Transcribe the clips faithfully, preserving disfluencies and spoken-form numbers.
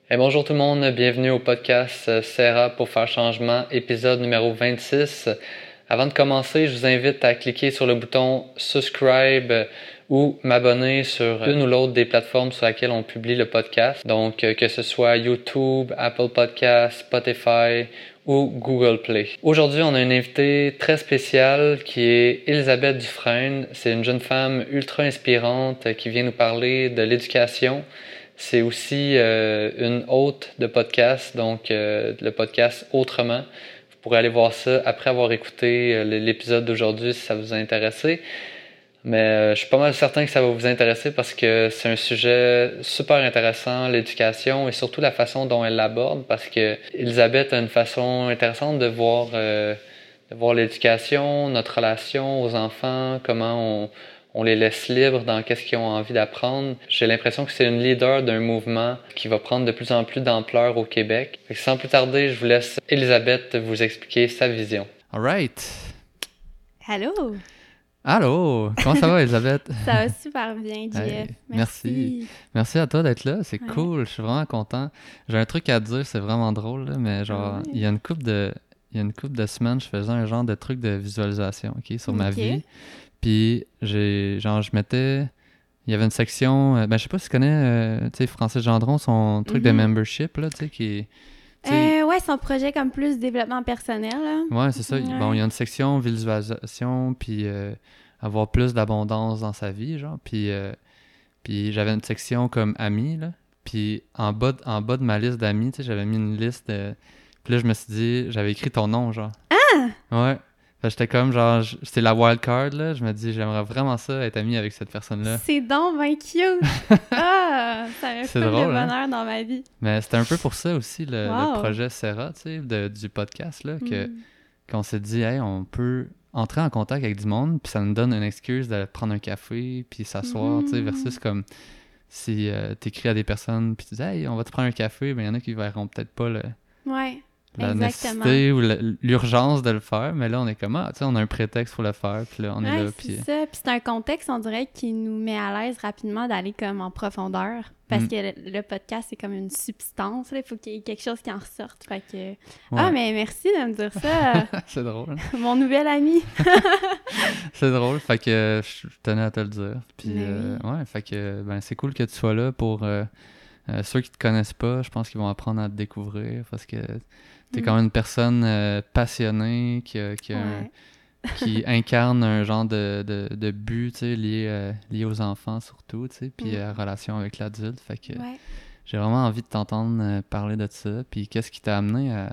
Et bonjour tout le monde, bienvenue au podcast Serra pour faire changement, épisode numéro vingt-six. Avant de commencer, je vous invite à cliquer sur le bouton subscribe ou m'abonner sur une ou l'autre des plateformes sur lesquelles on publie le podcast. Donc que ce soit YouTube, Apple Podcasts, Spotify ou Google Play. Aujourd'hui, on a une invitée très spéciale qui est Elisabeth Dufresne. C'est une jeune femme ultra inspirante qui vient nous parler de l'éducation. C'est aussi euh, une hôte de podcast, donc euh, le podcast Autrement. Vous pourrez aller voir ça après avoir écouté euh, l'épisode d'aujourd'hui si ça vous a intéressé. Mais euh, je suis pas mal certain que ça va vous intéresser parce que c'est un sujet super intéressant, l'éducation et surtout la façon dont elle l'aborde, parce que Elisabeth a une façon intéressante de voir, euh, de voir l'éducation, notre relation aux enfants, comment on... On les laisse libres dans qu'est-ce qu'ils ont envie d'apprendre. J'ai l'impression que c'est une leader d'un mouvement qui va prendre de plus en plus d'ampleur au Québec. Fait que sans plus tarder, je vous laisse Elisabeth vous expliquer sa vision. All right. Allô? Allô! Comment ça va, Elisabeth? Ça va super bien, Jeff. Hey, merci. merci. Merci à toi d'être là. C'est ouais. cool. Je suis vraiment content. J'ai un truc à te dire, c'est vraiment drôle, là, mais genre, ouais. il y a une couple de... Il y a une couple de semaines, je faisais un genre de truc de visualisation, OK, sur okay. ma vie. Puis, j'ai, genre, je mettais... Il y avait une section... Euh, ben, je sais pas si tu connais, euh, tu sais, Francis Gendron, son truc mm-hmm. de membership, là, tu sais, qui... Euh, ouais, son projet comme plus développement personnel, là. Ouais, c'est ça. Ouais. Bon, il y a une section visualisation, puis euh, avoir plus d'abondance dans sa vie, genre. Puis, euh, puis j'avais une section comme amis, là. Puis, en bas, de, en bas de ma liste d'amis, tu sais, j'avais mis une liste de... Puis là, je me suis dit... J'avais écrit ton nom, genre. Ah! Ouais. Fait que j'étais comme, genre, c'était la wild card, là. Je me dis, j'aimerais vraiment ça, être ami avec cette personne-là. C'est donc ben cute! Ah! Ça m'a fait drôle, le bonheur hein? dans ma vie. Mais c'était un peu pour ça aussi, le, wow. le projet Serra, tu sais, de, du podcast, là, que, mm. qu'on s'est dit, hey, on peut entrer en contact avec du monde, puis ça nous donne une excuse d'aller prendre un café, puis s'asseoir, mm. tu sais, versus comme si euh, t'écris à des personnes, puis tu dis, hey, on va te prendre un café, ben il y en a qui verront peut-être pas le... Ouais. la Exactement. nécessité ou la, l'urgence de le faire, mais là, on est comme, ah, tu sais, on a un prétexte pour le faire, puis là, on ouais, est là, c'est puis... ça, puis c'est un contexte, on dirait, qui nous met à l'aise rapidement d'aller comme en profondeur, parce mm. que le, le podcast, c'est comme une substance, là, il faut qu'il y ait quelque chose qui en ressorte, fait que... Ouais. Ah, mais merci de me dire ça! C'est drôle. Mon nouvel ami! C'est drôle, fait que je tenais à te le dire, puis euh, oui. ouais, fait que, ben, c'est cool que tu sois là pour... Euh, euh, ceux qui te connaissent pas, je pense qu'ils vont apprendre à te découvrir, parce que... T'es quand même une personne euh, passionnée qui, a, qui, a ouais. un, qui incarne un genre de, de, de but, tu sais, lié, euh, lié aux enfants surtout, tu sais, puis mm. à relation avec l'adulte. Fait que ouais. j'ai vraiment envie de t'entendre euh, parler de ça. Puis qu'est-ce qui t'a amené à,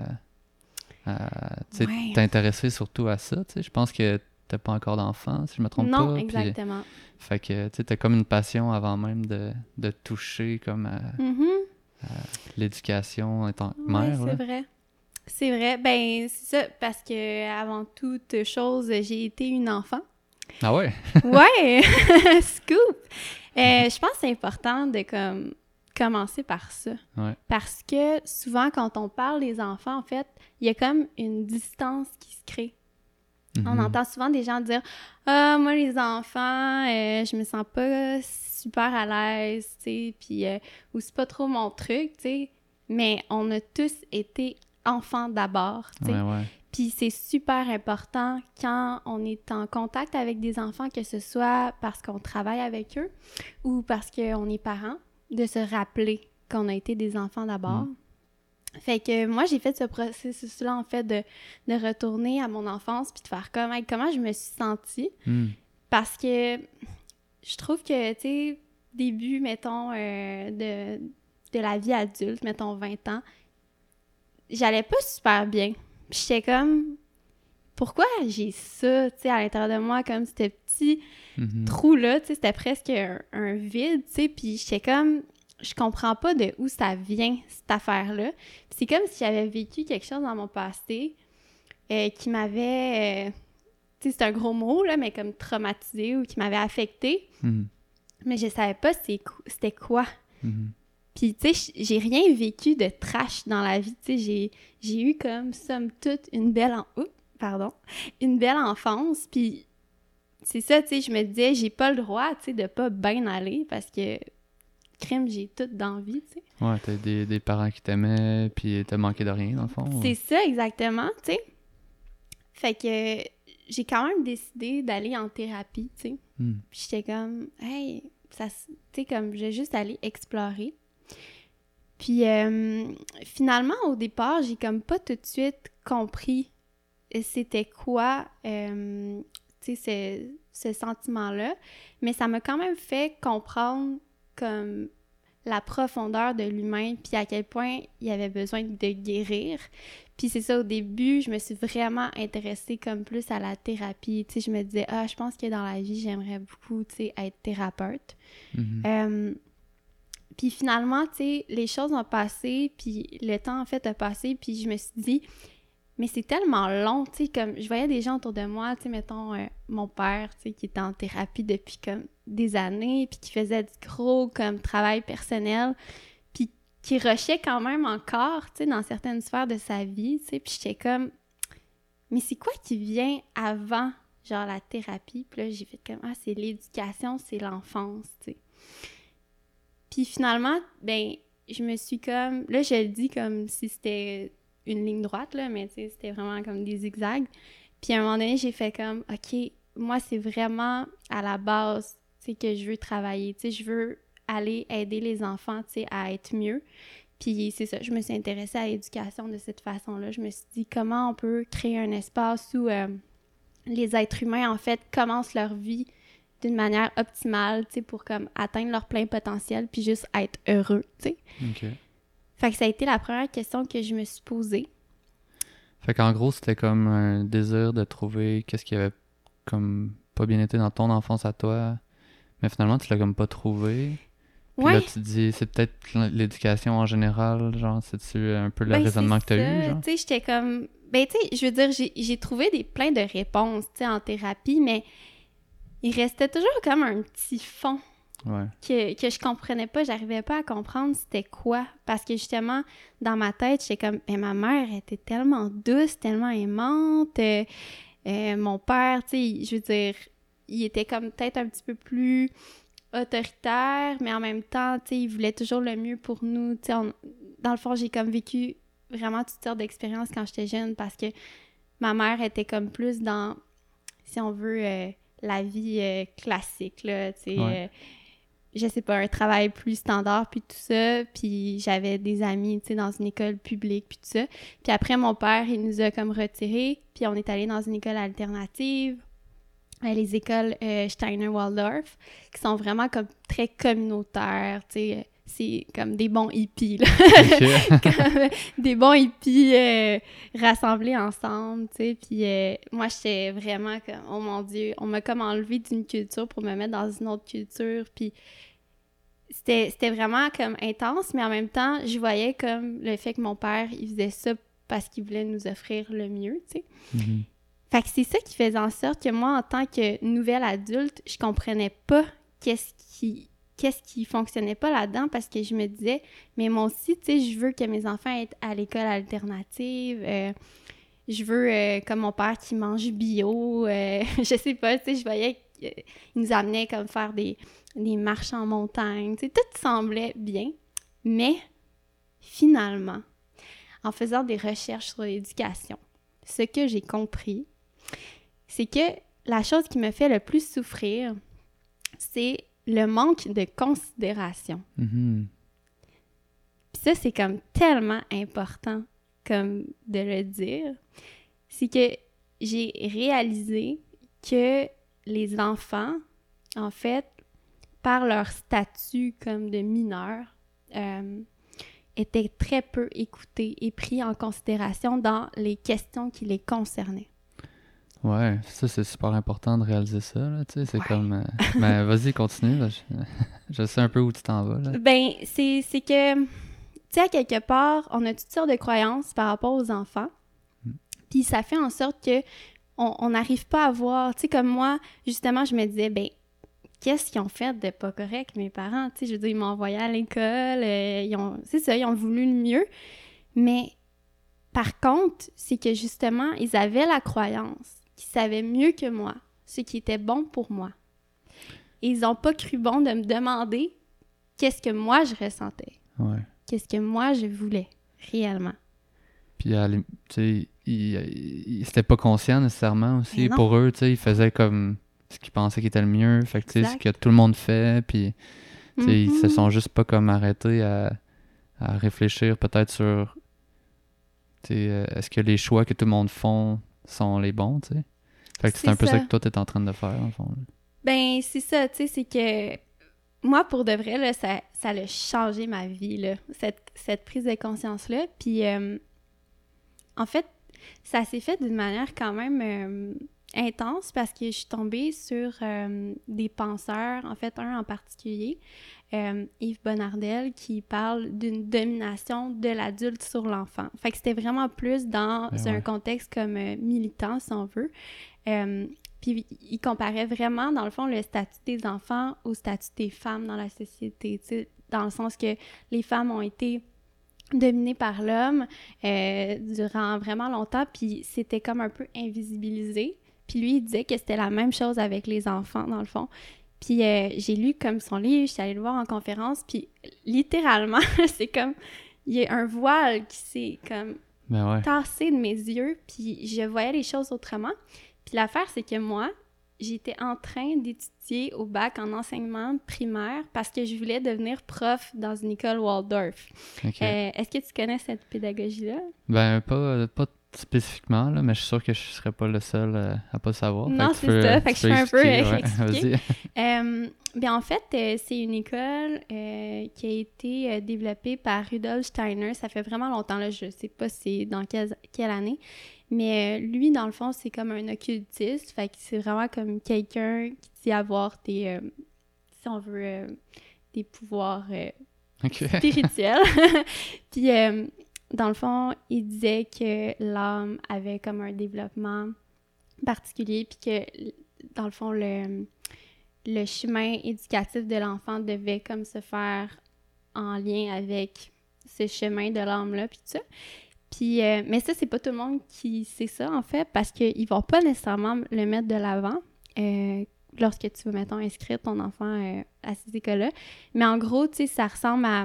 à tu sais, ouais. t'intéresser surtout à ça, tu sais. Je pense que t'as pas encore d'enfant, si je me trompe non, pas. Non, exactement. Puis, fait que, tu sais, t'as comme une passion avant même de, de toucher comme à, mm-hmm. à l'éducation en tant que ouais, mère. c'est là. vrai. C'est vrai. Ben, c'est ça, parce que avant toute chose, j'ai été une enfant. Ah ouais? Ouais! Scoop! Euh, je pense que c'est important de comme, commencer par ça. Ouais. Parce que souvent, quand on parle des enfants, en fait, il y a comme une distance qui se crée. Mm-hmm. On entend souvent des gens dire « Ah, moi, les enfants, euh, je me sens pas super à l'aise, tu sais, puis euh, ou c'est pas trop mon truc, tu sais. » Mais on a tous été enfants d'abord, tu sais. Ouais, ouais. Puis c'est super important quand on est en contact avec des enfants, que ce soit parce qu'on travaille avec eux ou parce qu'on est parents, de se rappeler qu'on a été des enfants d'abord. Mm. Fait que moi, j'ai fait ce processus-là, en fait, de, de retourner à mon enfance puis de faire comme, hey, comment je me suis sentie. Mm. Parce que je trouve que, tu sais, début, mettons, euh, de, de la vie adulte, mettons vingt ans, j'allais pas super bien. Puis j'étais comme, pourquoi j'ai ça, tu sais, à l'intérieur de moi, comme ce petit mm-hmm. trou-là, tu sais, c'était presque un, un vide, tu sais, puis j'étais comme, je comprends pas de où ça vient, cette affaire-là. Puis c'est comme si j'avais vécu quelque chose dans mon passé euh, qui m'avait, euh, tu sais, c'est un gros mot, là, mais comme traumatisé ou qui m'avait affectée. Mm-hmm. Mais je savais pas c'est, c'était quoi. Mm-hmm. Puis, tu sais, j'ai rien vécu de trash dans la vie, tu sais, j'ai, j'ai eu comme, somme toute, une belle... En... Oups, pardon, une belle enfance, puis c'est ça, tu sais, je me disais, j'ai pas le droit, tu sais, de pas bien aller, parce que crime, j'ai tout d'envie, tu sais. Ouais, t'as des, des parents qui t'aimaient, puis t'as manqué de rien, dans le fond. C'est Ouais. ça, exactement, tu sais. Fait que j'ai quand même décidé d'aller en thérapie, tu sais. Mm. Puis j'étais comme, hey, ça, tu sais, comme, j'ai juste aller explorer. Puis euh, finalement, au départ, j'ai comme pas tout de suite compris c'était quoi, euh, tu sais, ce, ce sentiment-là. Mais ça m'a quand même fait comprendre comme la profondeur de l'humain, puis à quel point il avait besoin de guérir. Puis c'est ça, au début, je me suis vraiment intéressée comme plus à la thérapie. Tu sais, je me disais, ah, je pense que dans la vie, j'aimerais beaucoup, tu sais, être thérapeute. Mm-hmm. Euh, puis finalement, tu sais, les choses ont passé, puis le temps, en fait, a passé, puis je me suis dit, mais c'est tellement long, tu sais, comme, je voyais des gens autour de moi, tu sais, mettons, euh, mon père, tu sais, qui était en thérapie depuis, comme, des années, puis qui faisait du gros, comme, travail personnel, puis qui rushait quand même encore, tu sais, dans certaines sphères de sa vie, tu sais, puis j'étais comme, mais c'est quoi qui vient avant, genre, la thérapie? Puis là, j'ai fait comme, ah, c'est l'éducation, c'est l'enfance, tu sais. Puis finalement, ben, je me suis comme, là, je le dis comme si c'était une ligne droite, là, mais tu sais, c'était vraiment comme des zigzags. Puis à un moment donné, j'ai fait comme, OK, moi, c'est vraiment à la base, tu sais, que je veux travailler. Tu sais, je veux aller aider les enfants, tu sais, à être mieux. Puis c'est ça, je me suis intéressée à l'éducation de cette façon-là. Je me suis dit, comment on peut créer un espace où euh, les êtres humains, en fait, commencent leur vie d'une manière optimale, tu sais, pour comme atteindre leur plein potentiel puis juste être heureux, tu sais. OK. Fait que ça a été la première question que je me suis posée. Fait qu'en gros, c'était comme un désir de trouver qu'est-ce qui avait comme pas bien été dans ton enfance à toi, mais finalement, tu l'as comme pas trouvé. Puis Ouais. là, tu te dis, c'est peut-être l'éducation en général, genre, c'est-tu un peu le Ben, raisonnement que c'est t'as eu, ça. genre? Tu sais, j'étais comme... Ben, tu sais, je veux dire, j'ai, j'ai trouvé des, plein de réponses, tu sais, en thérapie, mais il restait toujours comme un petit fond Ouais. que, que je comprenais pas, j'arrivais pas à comprendre c'était quoi. Parce que justement, dans ma tête, j'étais comme, ben, ma mère était tellement douce, tellement aimante. Euh, euh, mon père, tu sais, je veux dire, il était comme peut-être un petit peu plus autoritaire, mais en même temps, tu sais, il voulait toujours le mieux pour nous. Tu sais, on- dans le fond, j'ai comme vécu vraiment toutes sortes d'expériences quand j'étais jeune parce que ma mère était comme plus dans, si on veut, euh, la vie euh, classique, là, tu sais. Ouais. Euh, je sais pas, un travail plus standard, puis tout ça. Puis j'avais des amis, tu sais, dans une école publique, puis tout ça. Puis après, mon père, il nous a comme retirés, puis on est allé dans une école alternative, euh, les écoles euh, Steiner-Waldorf, qui sont vraiment comme très communautaires, tu sais. C'est comme des bons hippies, là. OK. Comme des bons hippies euh, rassemblés ensemble, tu sais. Puis euh, moi, j'étais vraiment comme, oh mon Dieu, on m'a comme enlevé d'une culture pour me mettre dans une autre culture. Puis c'était, c'était vraiment comme intense, mais en même temps, je voyais comme le fait que mon père, il faisait ça parce qu'il voulait nous offrir le mieux, tu sais. Mhm. Fait que c'est ça qui faisait en sorte que moi, en tant que nouvelle adulte, je comprenais pas qu'est-ce qui... qu'est-ce qui fonctionnait pas là-dedans parce que je me disais, mais moi aussi, tu sais, je veux que mes enfants aient à l'école alternative, euh, je veux, euh, comme mon père, qui mange bio, euh, je sais pas, tu sais, je voyais qu'il nous amenait comme faire des, des marches en montagne, tu sais, tout semblait bien, mais finalement, en faisant des recherches sur l'éducation, ce que j'ai compris, c'est que la chose qui me fait le plus souffrir, c'est le manque de considération. Mhm. Puis ça, c'est comme tellement important comme de le dire. C'est que j'ai réalisé que les enfants, en fait, par leur statut comme de mineurs, euh, étaient très peu écoutés et pris en considération dans les questions qui les concernaient. Ouais, ça, c'est super important de réaliser ça, là, tu sais, c'est Ouais. comme... euh, Ben, vas-y, continue, là, je... je sais un peu où tu t'en vas, là. Ben, c'est, c'est que, tu sais, à quelque part, on a toutes sortes de croyances par rapport aux enfants, Mm. puis ça fait en sorte que on n'arrive pas à voir, tu sais, comme moi, justement, je me disais, ben, qu'est-ce qu'ils ont fait de pas correct, mes parents, tu sais, je veux dire, ils m'ont envoyé à l'école, euh, ils ont, c'est ça, ils ont voulu le mieux, mais par contre, c'est que justement, ils avaient la croyance qu'ils savaient mieux que moi ce qui était bon pour moi. Et ils n'ont pas cru bon de me demander qu'est-ce que moi je ressentais. Ouais. Qu'est-ce que moi je voulais, réellement. Puis, tu sais, ils il, c'était pas conscient nécessairement aussi. Pour eux, tu sais, ils faisaient comme ce qu'ils pensaient qui était le mieux. Fait que, tu sais, ce que tout le monde fait. Puis, tu sais, mm-hmm. ils se sont juste pas comme arrêtés à, à réfléchir peut-être sur, tu sais, euh, est-ce que les choix que tout le monde font sont les bons, tu sais. Fait que c'est, c'est un peu ça. ça que toi, t'es en train de faire, en fond. Là. Ben, c'est ça, tu sais, c'est que moi, pour de vrai, là, ça, ça a changé ma vie, là, cette, cette prise de conscience-là. Puis, euh, en fait, ça s'est fait d'une manière quand même euh, intense parce que je suis tombée sur euh, des penseurs, en fait, un en particulier, euh, Yves Bonnardel, qui parle d'une domination de l'adulte sur l'enfant. Fait que c'était vraiment plus dans ben un ouais. contexte comme euh, militant, si on veut. Euh, Puis il comparait vraiment, dans le fond, le statut des enfants au statut des femmes dans la société, tu sais, dans le sens que les femmes ont été dominées par l'homme euh, durant vraiment longtemps, puis c'était comme un peu invisibilisé. Puis lui, il disait que c'était la même chose avec les enfants, dans le fond. Puis euh, j'ai lu comme son livre, je suis allée le voir en conférence, puis littéralement, c'est comme, il y a un voile qui s'est comme ben ouais. tassé de mes yeux, puis je voyais les choses autrement. Puis l'affaire, c'est que moi, j'étais en train d'étudier au bac en enseignement primaire parce que je voulais devenir prof dans une école Waldorf. Okay. Euh, est-ce que tu connais cette pédagogie-là? Ben, pas, pas spécifiquement, là, mais je suis sûr que je serais pas le seul euh, à pas savoir. Non, c'est peux, ça. Fait que je fais un peu ouais, expliquer. euh, ben, en fait, euh, c'est une école euh, qui a été euh, développée par Rudolf Steiner. Ça fait vraiment longtemps, là, je sais pas c'est dans quelle, quelle année. Mais euh, lui, dans le fond, c'est comme un occultiste. Fait que c'est vraiment comme quelqu'un qui dit avoir des, euh, si on veut, euh, des pouvoirs euh, okay. spirituels. Puis, euh, dans le fond, il disait que l'âme avait comme un développement particulier, puis que, dans le fond, le, le chemin éducatif de l'enfant devait comme se faire en lien avec ce chemin de l'âme-là, puis tout ça. Puis, euh, mais ça, c'est pas tout le monde qui sait ça, en fait, parce qu'ils vont pas nécessairement le mettre de l'avant euh, lorsque tu veux, mettons, inscrire ton enfant euh, à ces écoles-là. Mais en gros, tu sais, ça ressemble à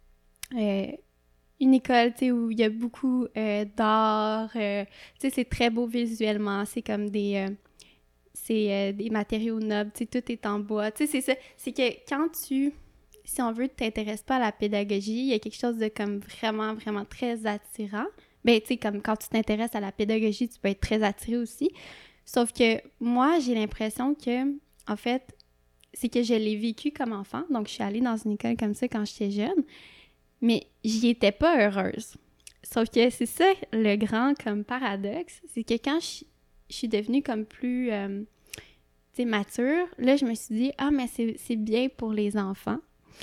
euh, une école, tu sais, où il y a beaucoup euh, d'art. Euh, tu sais, c'est très beau visuellement. C'est comme des... Euh, c'est euh, des matériaux nobles, tu sais, tout est en bois. Tu sais, c'est ça. C'est que quand tu... Si on veut, tu t'intéresses pas à la pédagogie, il y a quelque chose de comme vraiment, vraiment très attirant. Ben, tu sais, comme quand tu t'intéresses à la pédagogie, tu peux être très attiré aussi. Sauf que moi, j'ai l'impression que, en fait, c'est que je l'ai vécu comme enfant. Donc, je suis allée dans une école comme ça quand j'étais jeune, mais j'y étais pas heureuse. Sauf que c'est ça, le grand comme paradoxe, c'est que quand je, je suis devenue comme plus, euh, tu sais, mature, là, je me suis dit, ah, mais c'est, c'est bien pour les enfants.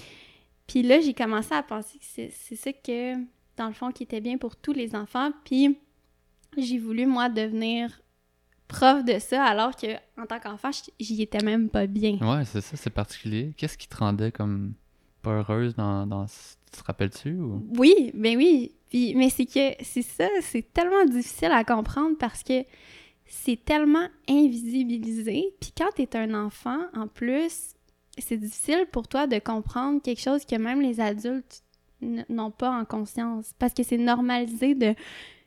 Puis là, j'ai commencé à penser que c'est, c'est ça que, dans le fond, qui était bien pour tous les enfants. Puis j'ai voulu, moi, devenir prof de ça, alors que en tant qu'enfant, j'y étais même pas bien. Ouais, c'est ça, c'est particulier. Qu'est-ce qui te rendait comme pas heureuse dans... dans... Tu te rappelles-tu? Ou... Oui, ben oui. Puis, mais c'est que, c'est ça, c'est tellement difficile à comprendre parce que c'est tellement invisibilisé. Puis quand t'es un enfant, en plus... c'est difficile pour toi de comprendre quelque chose que même les adultes n- n'ont pas en conscience. Parce que c'est normalisé de,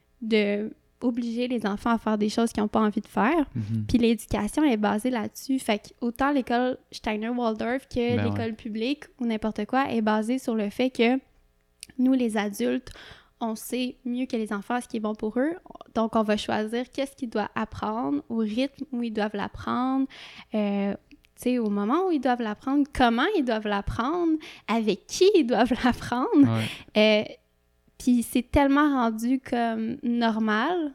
de obliger les enfants à faire des choses qu'ils n'ont pas envie de faire. Mm-hmm. Puis l'éducation est basée là-dessus. Fait que autant l'école Steiner-Waldorf que ben l'école ouais. publique ou n'importe quoi est basée sur le fait que nous, les adultes, on sait mieux que les enfants ce qui est bon pour eux. Donc, on va choisir qu'est-ce qu'ils doivent apprendre, au rythme où ils doivent l'apprendre, euh, tu sais, au moment où ils doivent l'apprendre, comment ils doivent l'apprendre, avec qui ils doivent l'apprendre. Ouais. Euh, puis c'est tellement rendu comme normal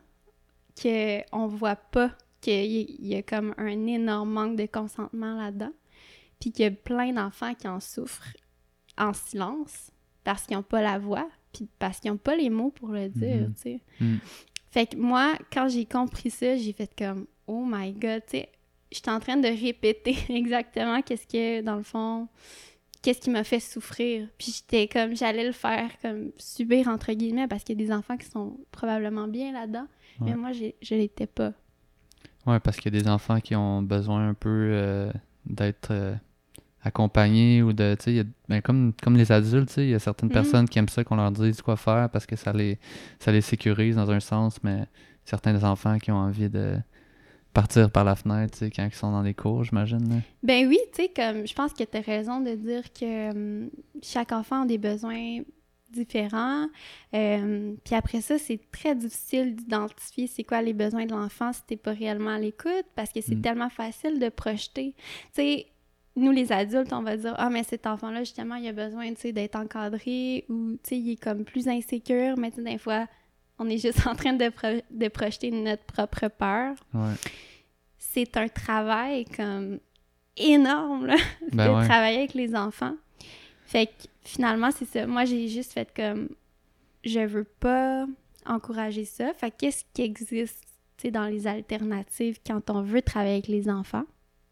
qu'on voit pas qu'il y, y a comme un énorme manque de consentement là-dedans. Puis qu'il y a plein d'enfants qui en souffrent en silence parce qu'ils n'ont pas la voix, puis parce qu'ils n'ont pas les mots pour le dire, mm-hmm. tu sais. Mm. Fait que moi, quand j'ai compris ça, j'ai fait comme « Oh my God », tu sais. J'étais en train de répéter exactement qu'est-ce que, dans le fond, qu'est-ce qui m'a fait souffrir. Puis j'étais comme, j'allais le faire comme subir, entre guillemets, parce qu'il y a des enfants qui sont probablement bien là-dedans. Ouais. Mais moi, j'ai, je l'étais pas. Ouais, parce qu'il y a des enfants qui ont besoin un peu euh, d'être euh, accompagner ou de, tu sais, il y a- ben, comme, comme les adultes, tu sais, il y a certaines Mhm. personnes qui aiment ça qu'on leur dise quoi faire parce que ça les, ça les sécurise dans un sens, mais certains enfants qui ont envie de partir par la fenêtre, tu sais, quand ils sont dans les cours, j'imagine. Là. Ben oui, tu sais, comme je pense que tu as raison de dire que hum, chaque enfant a des besoins différents. Euh, puis après ça, c'est très difficile d'identifier c'est quoi les besoins de l'enfant si t'es pas réellement à l'écoute parce que c'est Mm. tellement facile de projeter. Tu sais, nous les adultes, on va dire « Ah, mais cet enfant-là, justement, il a besoin, tu sais, d'être encadré ou, tu sais, il est comme plus insécure. » Mais tu sais, des fois, on est juste en train de, pro- de projeter notre propre peur. Ouais. C'est un travail comme énorme, là, Ben de ouais. travailler avec les enfants. Fait que finalement, c'est ça. Moi, j'ai juste fait comme je veux pas encourager ça. Fait que qu'est-ce qui existe, tu sais, dans les alternatives quand on veut travailler avec les enfants?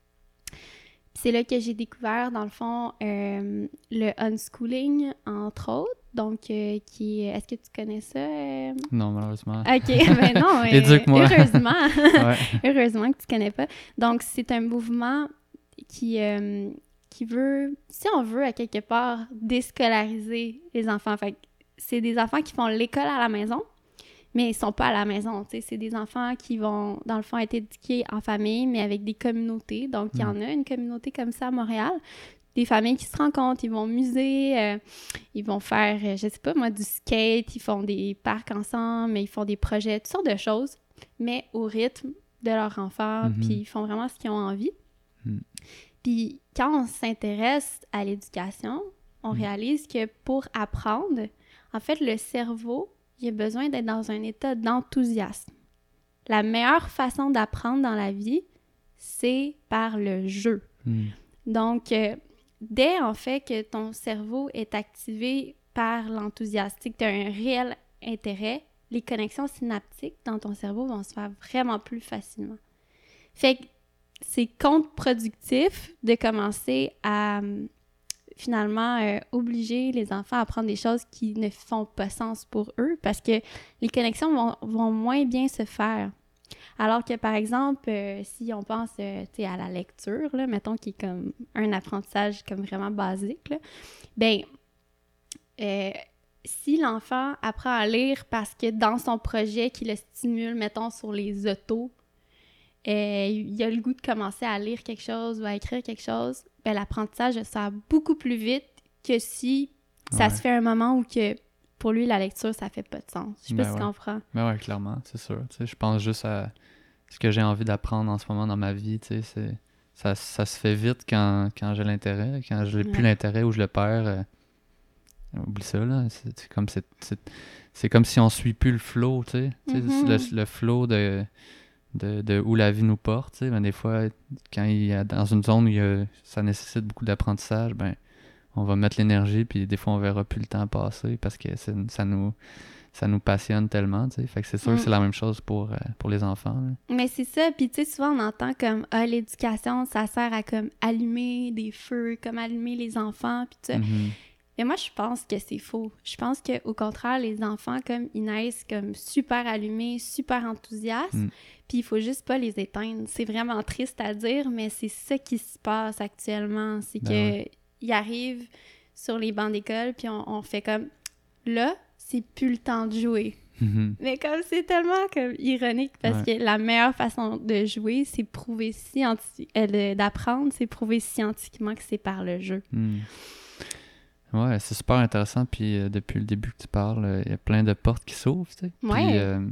Puis c'est là que j'ai découvert, dans le fond, euh, le unschooling, entre autres. Donc, euh, qui est... Est-ce que tu connais ça? euh? Non, malheureusement. OK, ben non. euh, Éduque-moi. Heureusement. Ouais. Heureusement que tu connais pas. Donc, c'est un mouvement qui, euh, qui veut, si on veut, à quelque part, déscolariser les enfants. Fait que c'est des enfants qui font l'école à la maison, mais ils sont pas à la maison, tu sais. C'est des enfants qui vont, dans le fond, être éduqués en famille, mais avec des communautés. Donc, il y en a une communauté comme ça à Montréal. Des familles qui se rencontrent, ils vont au musée, euh, ils vont faire, euh, je sais pas moi, du skate, ils font des parcs ensemble, ils font des projets, toutes sortes de choses, mais au rythme de leur enfant, Mhm. puis ils font vraiment ce qu'ils ont envie. Mm. Puis quand on s'intéresse à l'éducation, on Mm. réalise que pour apprendre, en fait, le cerveau, il a besoin d'être dans un état d'enthousiasme. La meilleure façon d'apprendre dans la vie, c'est par le jeu. Mm. Donc, euh, dès en fait que ton cerveau est activé par l'enthousiasme, que tu as un réel intérêt, les connexions synaptiques dans ton cerveau vont se faire vraiment plus facilement. Fait que c'est contre-productif de commencer à euh, finalement euh, obliger les enfants à apprendre des choses qui ne font pas sens pour eux parce que les connexions vont, vont moins bien se faire. Alors que, par exemple, euh, si on pense euh, tu sais, à la lecture, là, mettons, qui est comme un apprentissage comme vraiment basique, là, ben, euh, si l'enfant apprend à lire parce que dans son projet qui le stimule, mettons, sur les autos, euh, il a le goût de commencer à lire quelque chose ou à écrire quelque chose, ben, l'apprentissage se fait beaucoup plus vite que si ça Ouais. se fait à un moment où que, pour lui, la lecture, ça fait pas de sens. Je sais pas Ben si ouais. tu comprends. Ben ouais, clairement, c'est sûr. Tu sais, je pense juste à ce que j'ai envie d'apprendre en ce moment dans ma vie. Tu sais, c'est, ça, ça se fait vite quand, quand j'ai l'intérêt. Quand je n'ai plus Ouais. l'intérêt ou je le perds, euh, oublie ça. Là. C'est, c'est comme, c'est, c'est, c'est comme si on suit plus le flow. Tu sais. Tu sais, Mhm. le, le flow de, de, de où la vie nous porte. Tu sais. Ben, des fois, quand il y a dans une zone où il y a, ça nécessite beaucoup d'apprentissage, ben, on va mettre l'énergie, puis des fois, on verra plus le temps passer parce que c'est, ça nous... ça nous passionne tellement, tu sais. Fait que c'est sûr Mm. que c'est la même chose pour, euh, pour les enfants. Là. Mais c'est ça, puis tu sais, souvent on entend comme « Ah, l'éducation, ça sert à comme allumer des feux, comme allumer les enfants, puis tout ça. Mhm. Mais moi, je pense que c'est faux. Je pense qu'au contraire, les enfants, comme, ils naissent comme super allumés, super enthousiastes, Mm. puis il faut juste pas les éteindre. C'est vraiment triste à dire, mais c'est ça qui se passe actuellement. C'est Ben que ouais. ils arrivent sur les bancs d'école, puis on, on fait comme « Là, c'est plus le temps de jouer. » Mhm. Mais comme c'est tellement comme ironique parce Ouais. que la meilleure façon de jouer, c'est prouver scienti- euh, de- d'apprendre, c'est prouver scientifiquement que c'est par le jeu. Mm. Ouais, c'est super intéressant. Puis euh, depuis le début que tu parles, il y a plein de portes qui s'ouvrent, tu sais. Ouais. Puis, euh,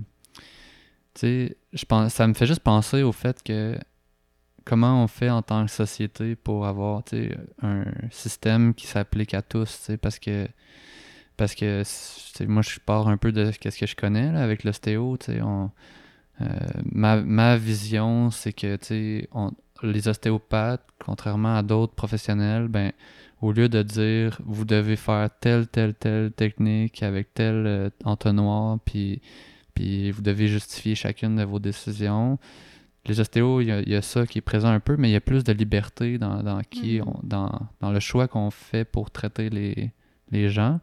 tu sais, je pense, ça me fait juste penser au fait que comment on fait en tant que société pour avoir, tu sais, un système qui s'applique à tous, tu sais, parce que parce que tu sais, moi je pars un peu de ce que je connais là, avec l'ostéo, tu sais, on euh, ma, ma vision c'est que tu sais on, les ostéopathes, contrairement à d'autres professionnels, ben au lieu de dire vous devez faire telle telle telle technique avec tel euh, entonnoir puis puis vous devez justifier chacune de vos décisions. Les ostéos, il y, a, il y a ça qui est présent un peu, mais il y a plus de liberté dans, dans, qui Mhm. on, dans, dans le choix qu'on fait pour traiter les, les gens.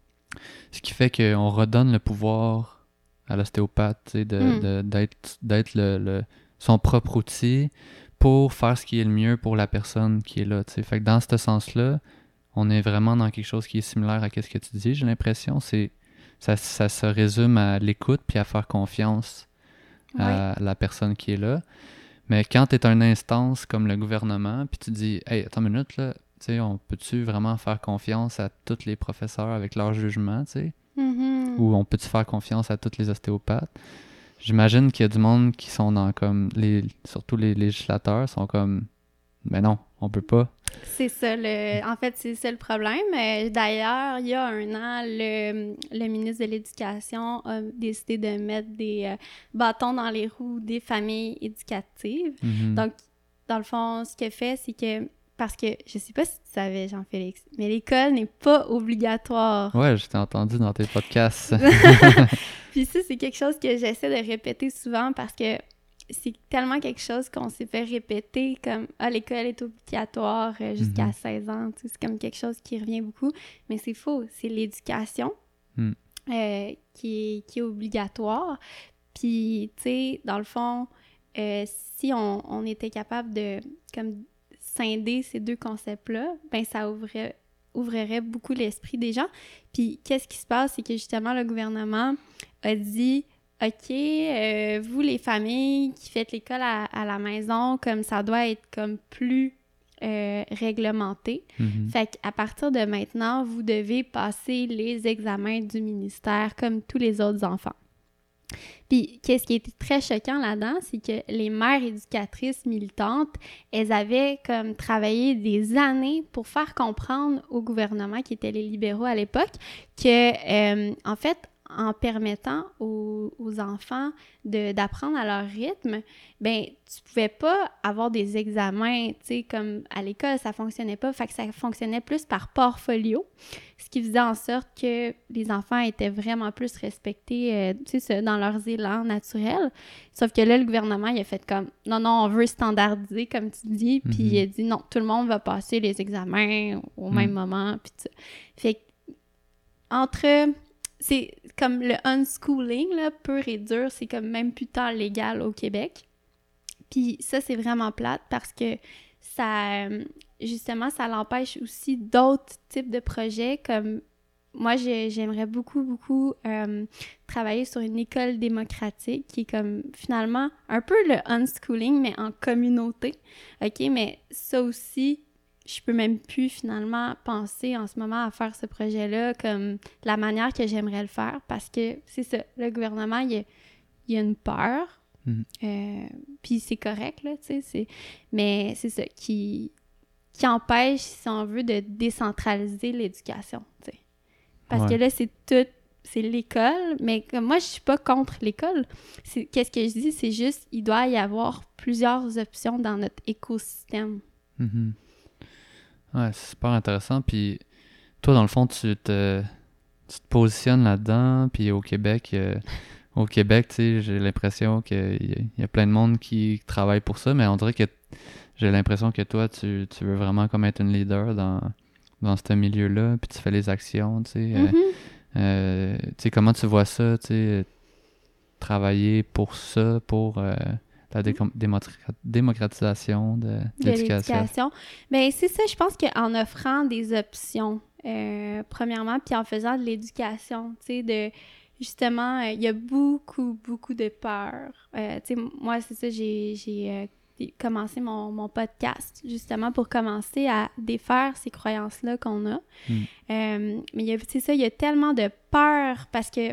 Ce qui fait qu'on redonne le pouvoir à l'ostéopathe, tu sais, de, Mm. de, d'être, d'être le, le, son propre outil pour faire ce qui est le mieux pour la personne qui est là, tu sais. Fait que dans ce sens-là, on est vraiment dans quelque chose qui est similaire à ce que tu dis, j'ai l'impression. C'est ça, ça se résume à l'écoute puis à faire confiance Ouais. à la personne qui est là. Mais quand tu es une instance comme le gouvernement, puis tu dis « Hey, attends une minute, là, tu sais, on peut-tu vraiment faire confiance à tous les professeurs avec leur jugement, tu sais? Mm-hmm. Ou on peut-tu faire confiance à tous les ostéopathes? » J'imagine qu'il y a du monde qui sont dans comme... les surtout les législateurs sont comme « Mais non, on peut pas. » C'est ça, le... en fait, c'est ça le problème. Euh, D'ailleurs, il y a un an, le, le ministre de l'Éducation a décidé de mettre des euh, bâtons dans les roues des familles éducatives. Mm-hmm. Donc, dans le fond, ce qu'il fait, c'est que, parce que, je sais pas si tu savais, Jean-Félix, mais l'école n'est pas obligatoire. Ouais, je t'ai entendu dans tes podcasts. Puis ça, c'est quelque chose que j'essaie de répéter souvent parce que c'est tellement quelque chose qu'on s'est fait répéter comme « Ah, l'école est obligatoire euh, jusqu'à mm-hmm. seize ans. » C'est comme quelque chose qui revient beaucoup. Mais c'est faux. C'est l'éducation mm. euh, qui, est, qui est obligatoire. Puis, tu sais, dans le fond, euh, si on, on était capable de comme scinder ces deux concepts-là, ben ça ouvrait, ouvrirait beaucoup l'esprit des gens. Puis, qu'est-ce qui se passe? C'est que justement, le gouvernement a dit... OK, euh, vous, les familles qui faites l'école à, à la maison, comme ça doit être comme plus euh, réglementé. Mm-hmm. Fait qu'à partir de maintenant, vous devez passer les examens du ministère comme tous les autres enfants. Puis, qu'est-ce qui était très choquant là-dedans, c'est que les mères éducatrices militantes, elles avaient comme travaillé des années pour faire comprendre au gouvernement, qui étaient les libéraux à l'époque, que, euh, en fait, en permettant aux, aux enfants de, d'apprendre à leur rythme, ben tu pouvais pas avoir des examens, tu sais, comme à l'école, ça fonctionnait pas, fait que ça fonctionnait plus par portfolio, ce qui faisait en sorte que les enfants étaient vraiment plus respectés, euh, tu sais, dans leurs élans naturels. Sauf que là, le gouvernement, il a fait comme, non, non, on veut standardiser, comme tu dis, puis mm-hmm. il a dit, non, tout le monde va passer les examens au mm. même moment, puis tu... Fait que, entre... C'est comme le unschooling, là, pur et dur, c'est comme même plus tant légal au Québec. Puis ça, c'est vraiment plate parce que ça, justement, ça l'empêche aussi d'autres types de projets comme... Moi, j'ai, j'aimerais beaucoup, beaucoup euh, travailler sur une école démocratique qui est comme, finalement, un peu le unschooling, mais en communauté. OK? Mais ça aussi... je peux même plus finalement penser en ce moment à faire ce projet-là comme la manière que j'aimerais le faire parce que c'est ça, le gouvernement, il y a, il y a une peur, mm. euh, puis c'est correct, là, tu sais, c'est, mais c'est ça, qui, qui empêche, si on veut, de décentraliser l'éducation, tu sais. Parce ouais. que là, c'est tout, c'est l'école, mais comme moi, je suis pas contre l'école. C'est, qu'est-ce que je dis? C'est juste, il doit y avoir plusieurs options dans notre écosystème. Mm-hmm. Ouais, c'est super intéressant. Puis toi, dans le fond, tu te, tu te positionnes là-dedans. Puis au Québec, euh, au Québec, tu sais, j'ai l'impression qu'il y a plein de monde qui travaille pour ça, mais on dirait que j'ai l'impression que toi, tu, tu veux vraiment comme être une leader dans, dans ce milieu-là, puis tu fais les actions, tu sais. Mm-hmm. Euh, euh, tu sais, comment tu vois ça, tu sais, travailler pour ça, pour... Euh, la dé- démocratisation de, de, de l'éducation. l'éducation. Bien, c'est ça, je pense qu'en offrant des options, euh, premièrement, puis en faisant de l'éducation, tu sais, de justement, il euh, y a beaucoup, beaucoup de peur. Euh, tu sais, moi, c'est ça, j'ai, j'ai euh, commencé mon, mon podcast, justement, pour commencer à défaire ces croyances-là qu'on a. Mm. Euh, mais y a, c'est ça, il y a tellement de peur parce que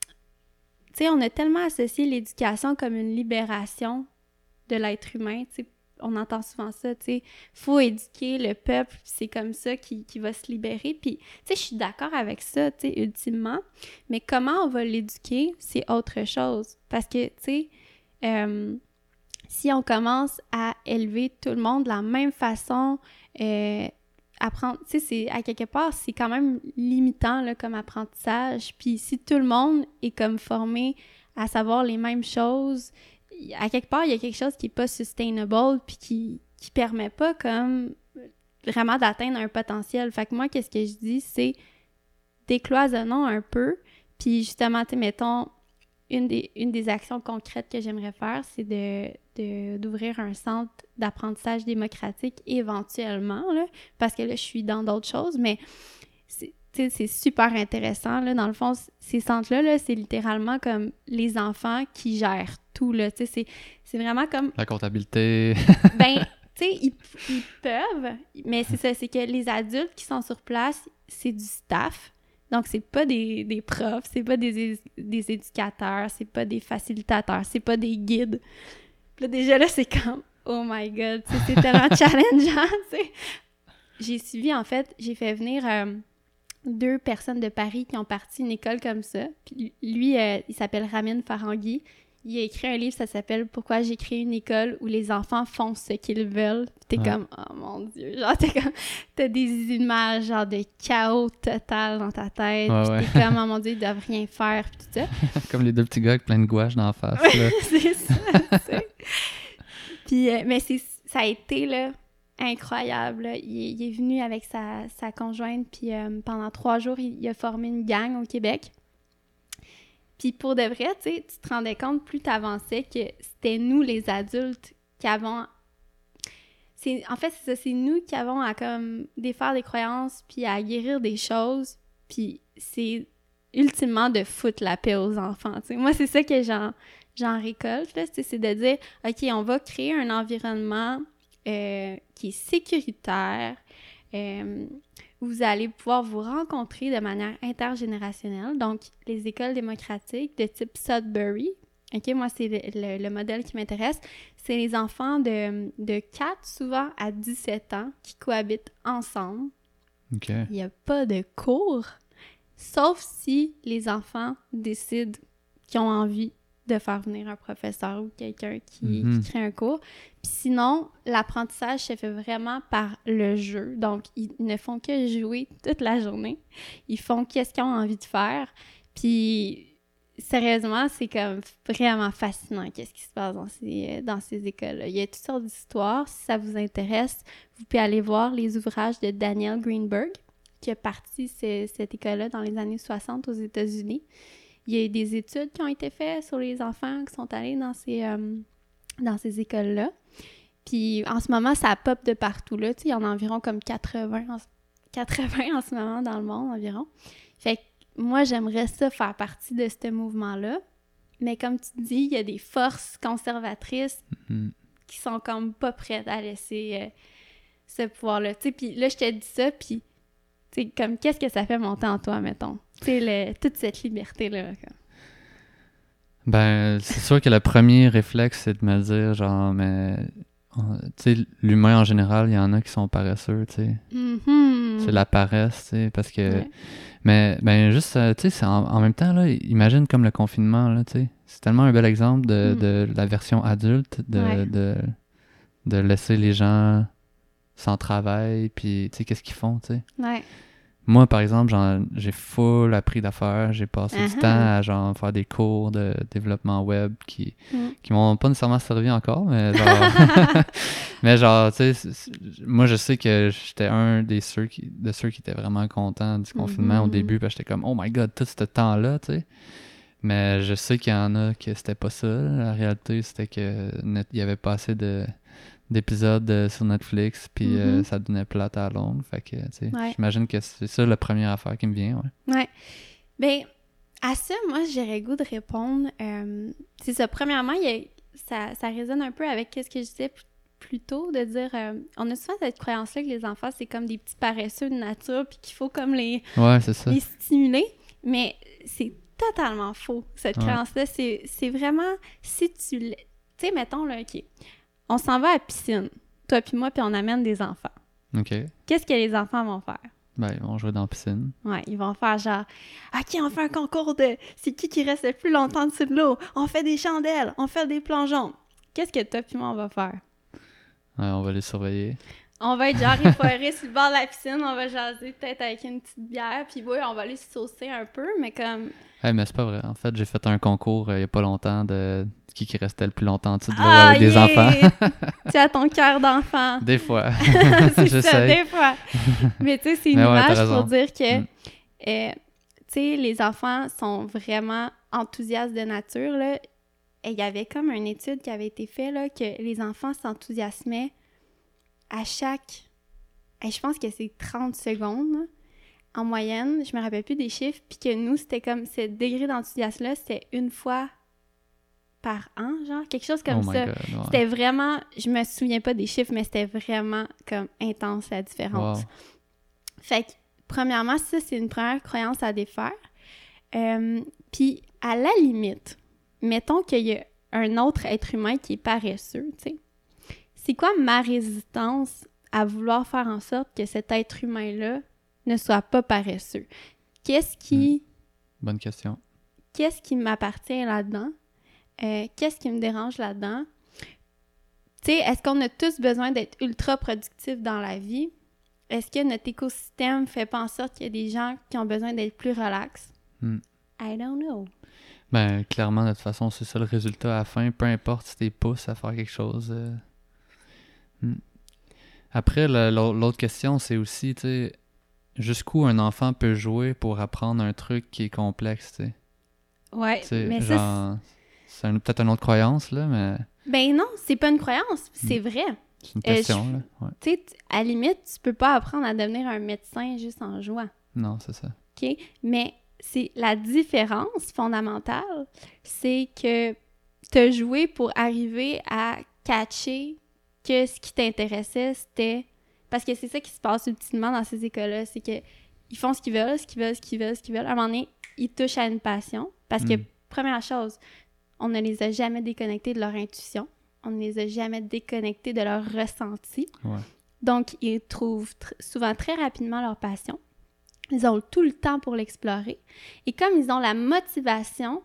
tu sais, on a tellement associé l'éducation comme une libération de l'être humain, tu sais, on entend souvent ça, tu sais, faut éduquer le peuple, c'est comme ça qui, qui va se libérer, puis, tu sais, je suis d'accord avec ça, tu sais, ultimement, mais comment on va l'éduquer, c'est autre chose, parce que, tu sais, euh, si on commence à élever tout le monde de la même façon, euh, apprendre, tu sais, c'est, à quelque part, c'est quand même limitant, là, comme apprentissage. Puis si tout le monde est comme formé à savoir les mêmes choses, à quelque part, il y a quelque chose qui est pas sustainable puis qui, qui permet pas comme vraiment d'atteindre un potentiel. Fait que moi, qu'est-ce que je dis, c'est décloisonnons un peu. Puis justement, tu sais, mettons, une des, une des actions concrètes que j'aimerais faire, c'est de, de, d'ouvrir un centre d'apprentissage démocratique éventuellement, là, parce que là, je suis dans d'autres choses, mais c'est, c'est super intéressant. Là. Dans le fond, ces centres-là, là, c'est littéralement comme les enfants qui gèrent tout. Là, c'est, c'est vraiment comme... La comptabilité. ben, tu sais, ils, ils peuvent, mais c'est ça, c'est que les adultes qui sont sur place, c'est du staff. Donc, c'est pas des, des profs, c'est pas des, des éducateurs, c'est pas des facilitateurs, c'est pas des guides. Puis là, déjà, là, c'est comme, oh my God, c'est tellement challengeant, tu sais. J'ai suivi, en fait, j'ai fait venir euh, deux personnes de Paris qui ont parti une école comme ça. Puis lui, euh, il s'appelle Ramin Farangui. Il a écrit un livre, ça s'appelle « Pourquoi j'ai créé une école où les enfants font ce qu'ils veulent ». T'es ouais. comme « Oh mon Dieu », genre t'es comme, t'as des images genre de chaos total dans ta tête, ouais, ouais. T'es comme « Oh mon Dieu, ils doivent rien faire », puis tout ça. Comme les deux petits gars avec plein de gouache dans la face, là. C'est ça, tu sais. Puis, euh, mais c'est, ça a été, là, incroyable, là. Il, il est venu avec sa, sa conjointe, puis euh, pendant trois jours, il, il a formé une gang au Québec. Puis pour de vrai, tu sais, tu te rendais compte plus t'avançais que c'était nous, les adultes, qui avons... C'est, en fait, c'est ça, c'est nous qui avons à comme défaire des croyances, puis à guérir des choses, puis c'est ultimement de foutre la paix aux enfants, tu sais. Moi, c'est ça que j'en, j'en récolte, là, c'est de dire, OK, on va créer un environnement euh, qui est sécuritaire, euh, vous allez pouvoir vous rencontrer de manière intergénérationnelle. Donc, les écoles démocratiques de type Sudbury, OK, moi, c'est le, le, le modèle qui m'intéresse, c'est les enfants de, de quatre, souvent, à dix-sept ans qui cohabitent ensemble. OK. Il n'y a pas de cours, sauf si les enfants décident qu'ils ont envie de faire venir un professeur ou quelqu'un qui, mm-hmm. qui crée un cours. Puis sinon, l'apprentissage se fait vraiment par le jeu. Donc, ils ne font que jouer toute la journée. Ils font qu'est-ce qu'ils ont envie de faire. Puis, sérieusement, c'est comme vraiment fascinant qu'est-ce qui se passe dans ces, dans ces écoles-là. Il y a toutes sortes d'histoires. Si ça vous intéresse, vous pouvez aller voir les ouvrages de Daniel Greenberg, qui a parti ce, cette école-là dans les années soixante aux États-Unis. Il y a des études qui ont été faites sur les enfants qui sont allés dans ces, euh, dans ces écoles-là. Puis en ce moment, ça pop de partout, là. Tu sais, il y en a environ comme quatre-vingts en, quatre-vingts en ce moment dans le monde, environ. Fait que moi, j'aimerais ça faire partie de ce mouvement-là. Mais comme tu dis, il y a des forces conservatrices mm-hmm. qui sont comme pas prêtes à laisser euh, ce pouvoir-là. Tu sais, puis là, je te dis ça, puis tu sais, comme, qu'est-ce que ça fait monter en toi, mettons? Tu sais, toute cette liberté-là. Quoi. Ben, c'est sûr que le premier réflexe, c'est de me dire, genre, mais... Tu sais, l'humain, en général, il y en a qui sont paresseux, tu sais. Mm-hmm. C'est la paresse, tu sais, parce que... Ouais. Mais, ben, juste, tu sais, en, en même temps, là, imagine comme le confinement, là, tu sais. C'est tellement un bel exemple de, mm. de la version adulte, de, ouais. de, de laisser les gens sans travail, puis, tu sais, qu'est-ce qu'ils font, tu sais. Ouais. Moi, par exemple, genre, j'ai full appris d'affaires. J'ai passé uh-huh. du temps à genre, faire des cours de développement web qui, mm. qui m'ont pas nécessairement servi encore, mais genre... mais genre, tu sais, moi, je sais que j'étais un des ceux qui, de ceux qui étaient vraiment contents du confinement mm-hmm. au début, parce que j'étais comme « Oh my God, tout ce temps-là, tu sais. » Mais je sais qu'il y en a que c'était pas ça. La réalité, c'était que net, il y avait pas assez de... d'épisodes euh, sur Netflix, puis mm-hmm. euh, ça donnait plate à longue. Fait que, tu sais, ouais. j'imagine que c'est ça la première affaire qui me vient, ouais. Ouais. Ben, à ça, moi, j'aurais goût de répondre. Euh, c'est ça. Premièrement, il y a, ça, ça résonne un peu avec ce que je disais p- plus tôt, de dire, euh, on a souvent cette croyance-là que les enfants, c'est comme des petits paresseux de nature, puis qu'il faut comme les, ouais, c'est ça. les stimuler. Mais c'est totalement faux, cette ouais. croyance-là. C'est, c'est vraiment, si tu... Tu sais, mettons, là, OK... On s'en va à la piscine, toi puis moi, puis on amène des enfants. OK. Qu'est-ce que les enfants vont faire? Ben, ils vont jouer dans la piscine. Ouais, ils vont faire genre, OK, on fait un concours de c'est qui qui reste le plus longtemps dessous de l'eau. On fait des chandelles, on fait des plongeons. Qu'est-ce que toi puis moi, on va faire? Ouais, on va les surveiller. On va être genre effoirés sur le bord de la piscine, on va jaser peut-être avec une petite bière, puis oui, on va aller se saucer un peu, mais comme... Hey, mais c'est pas vrai. En fait, j'ai fait un concours euh, il y a pas longtemps de qui qui restait le plus longtemps en dessous de l'eau ah, avec yeah! des enfants. Tu as ton cœur d'enfant. Des fois. C'est ça, des fois. Mais tu sais, c'est une mais image ouais, pour dire que, mm. euh, sais, les enfants sont vraiment enthousiastes de nature, là. Et il y avait comme une étude qui avait été faite, là, que les enfants s'enthousiasmaient à chaque... Et je pense que c'est trente secondes, là, en moyenne. Je me rappelle plus des chiffres. Puis que nous, c'était comme... Ce degré d'enthousiasme-là, c'était une fois par an, genre. Quelque chose comme oh ça. God, ouais. C'était vraiment... Je me souviens pas des chiffres, mais c'était vraiment comme intense, la différence. Wow. Fait que, premièrement, ça, c'est une première croyance à défaire. Euh, Puis, à la limite, mettons qu'il y a un autre être humain qui est paresseux, tu sais. C'est quoi ma résistance à vouloir faire en sorte que cet être humain-là ne soit pas paresseux? Qu'est-ce qui... Mmh. Bonne question. Qu'est-ce qui m'appartient là-dedans? Euh, qu'est-ce qui me dérange là-dedans? Tu sais, est-ce qu'on a tous besoin d'être ultra productifs dans la vie? Est-ce que notre écosystème fait pas en sorte qu'il y a des gens qui ont besoin d'être plus relax? Mm. I don't know. Ben, clairement, de toute façon, c'est ça le résultat à la fin. Peu importe si t'es pousse à faire quelque chose. Euh... Mm. Après, le, l'autre question, c'est aussi, tu sais, jusqu'où un enfant peut jouer pour apprendre un truc qui est complexe, tu sais. Ouais, T'sais, mais genre, ça... c'est un, peut-être une autre croyance, là, mais... Ben non, c'est pas une croyance, c'est vrai. C'est une question, euh, je... là. Ouais. Tu sais, à la limite, tu peux pas apprendre à devenir un médecin juste en jouant. Non, c'est ça. OK? Mais c'est la différence fondamentale, c'est que t'as joué pour arriver à catcher que ce qui t'intéressait, c'était... Parce que c'est ça qui se passe ultimement dans ces écoles-là, c'est que ils font ce qu'ils veulent, ce qu'ils veulent, ce qu'ils veulent, ce qu'ils veulent. À un moment donné, ils touchent à une passion. Parce que, Mm. première chose, on ne les a jamais déconnectés de leur intuition. On ne les a jamais déconnectés de leur ressenti. Ouais. Donc, ils trouvent tr- souvent très rapidement leur passion. Ils ont tout le temps pour l'explorer. Et comme ils ont la motivation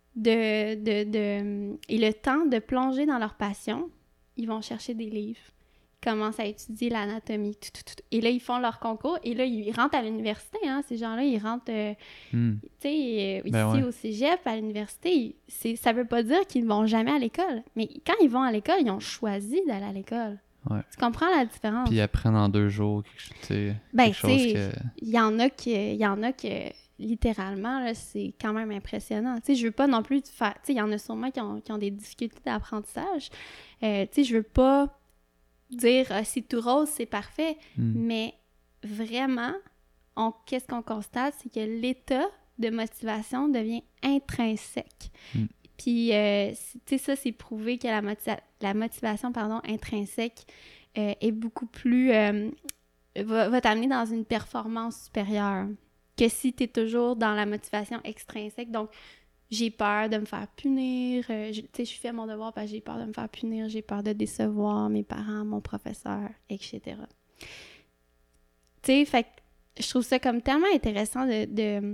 de, de, de, et le temps de plonger dans leur passion, ils vont chercher des livres. Ils commencent à étudier l'anatomie. Tout, tout, tout. Et là, ils font leur concours. Et là, ils rentrent à l'université. Hein, ces gens-là, ils rentrent... Euh, Mm. tu sais, euh, Ben ici ouais. au cégep, à l'université, c'est, ça veut pas dire qu'ils ne vont jamais à l'école. Mais quand ils vont à l'école, ils ont choisi d'aller à l'école. Ouais. Tu comprends la différence? Puis ils apprennent en deux jours, quelque, t'sais, Ben, quelque chose tu sais, que... il y en a qui, il y en a que littéralement, là, c'est quand même impressionnant. Tu sais, je veux pas non plus faire... Tu sais, il y en a sûrement qui ont, qui ont des difficultés d'apprentissage. Euh, tu sais, je veux pas dire ah, c'est tout rose, c'est parfait. Mm. Mais vraiment, on, qu'est-ce qu'on constate? C'est que l'état de motivation devient intrinsèque. Mm. Puis, euh, tu sais, ça, c'est prouvé que la, motiva- la motivation pardon, intrinsèque euh, est beaucoup plus... Euh, va, va t'amener dans une performance supérieure que si tu es toujours dans la motivation extrinsèque. Donc, j'ai peur de me faire punir. Euh, tu sais, je fais mon devoir parce que j'ai peur de me faire punir. J'ai peur de décevoir mes parents, mon professeur, et cetera. Tu sais, fait que je trouve ça comme tellement intéressant de, de,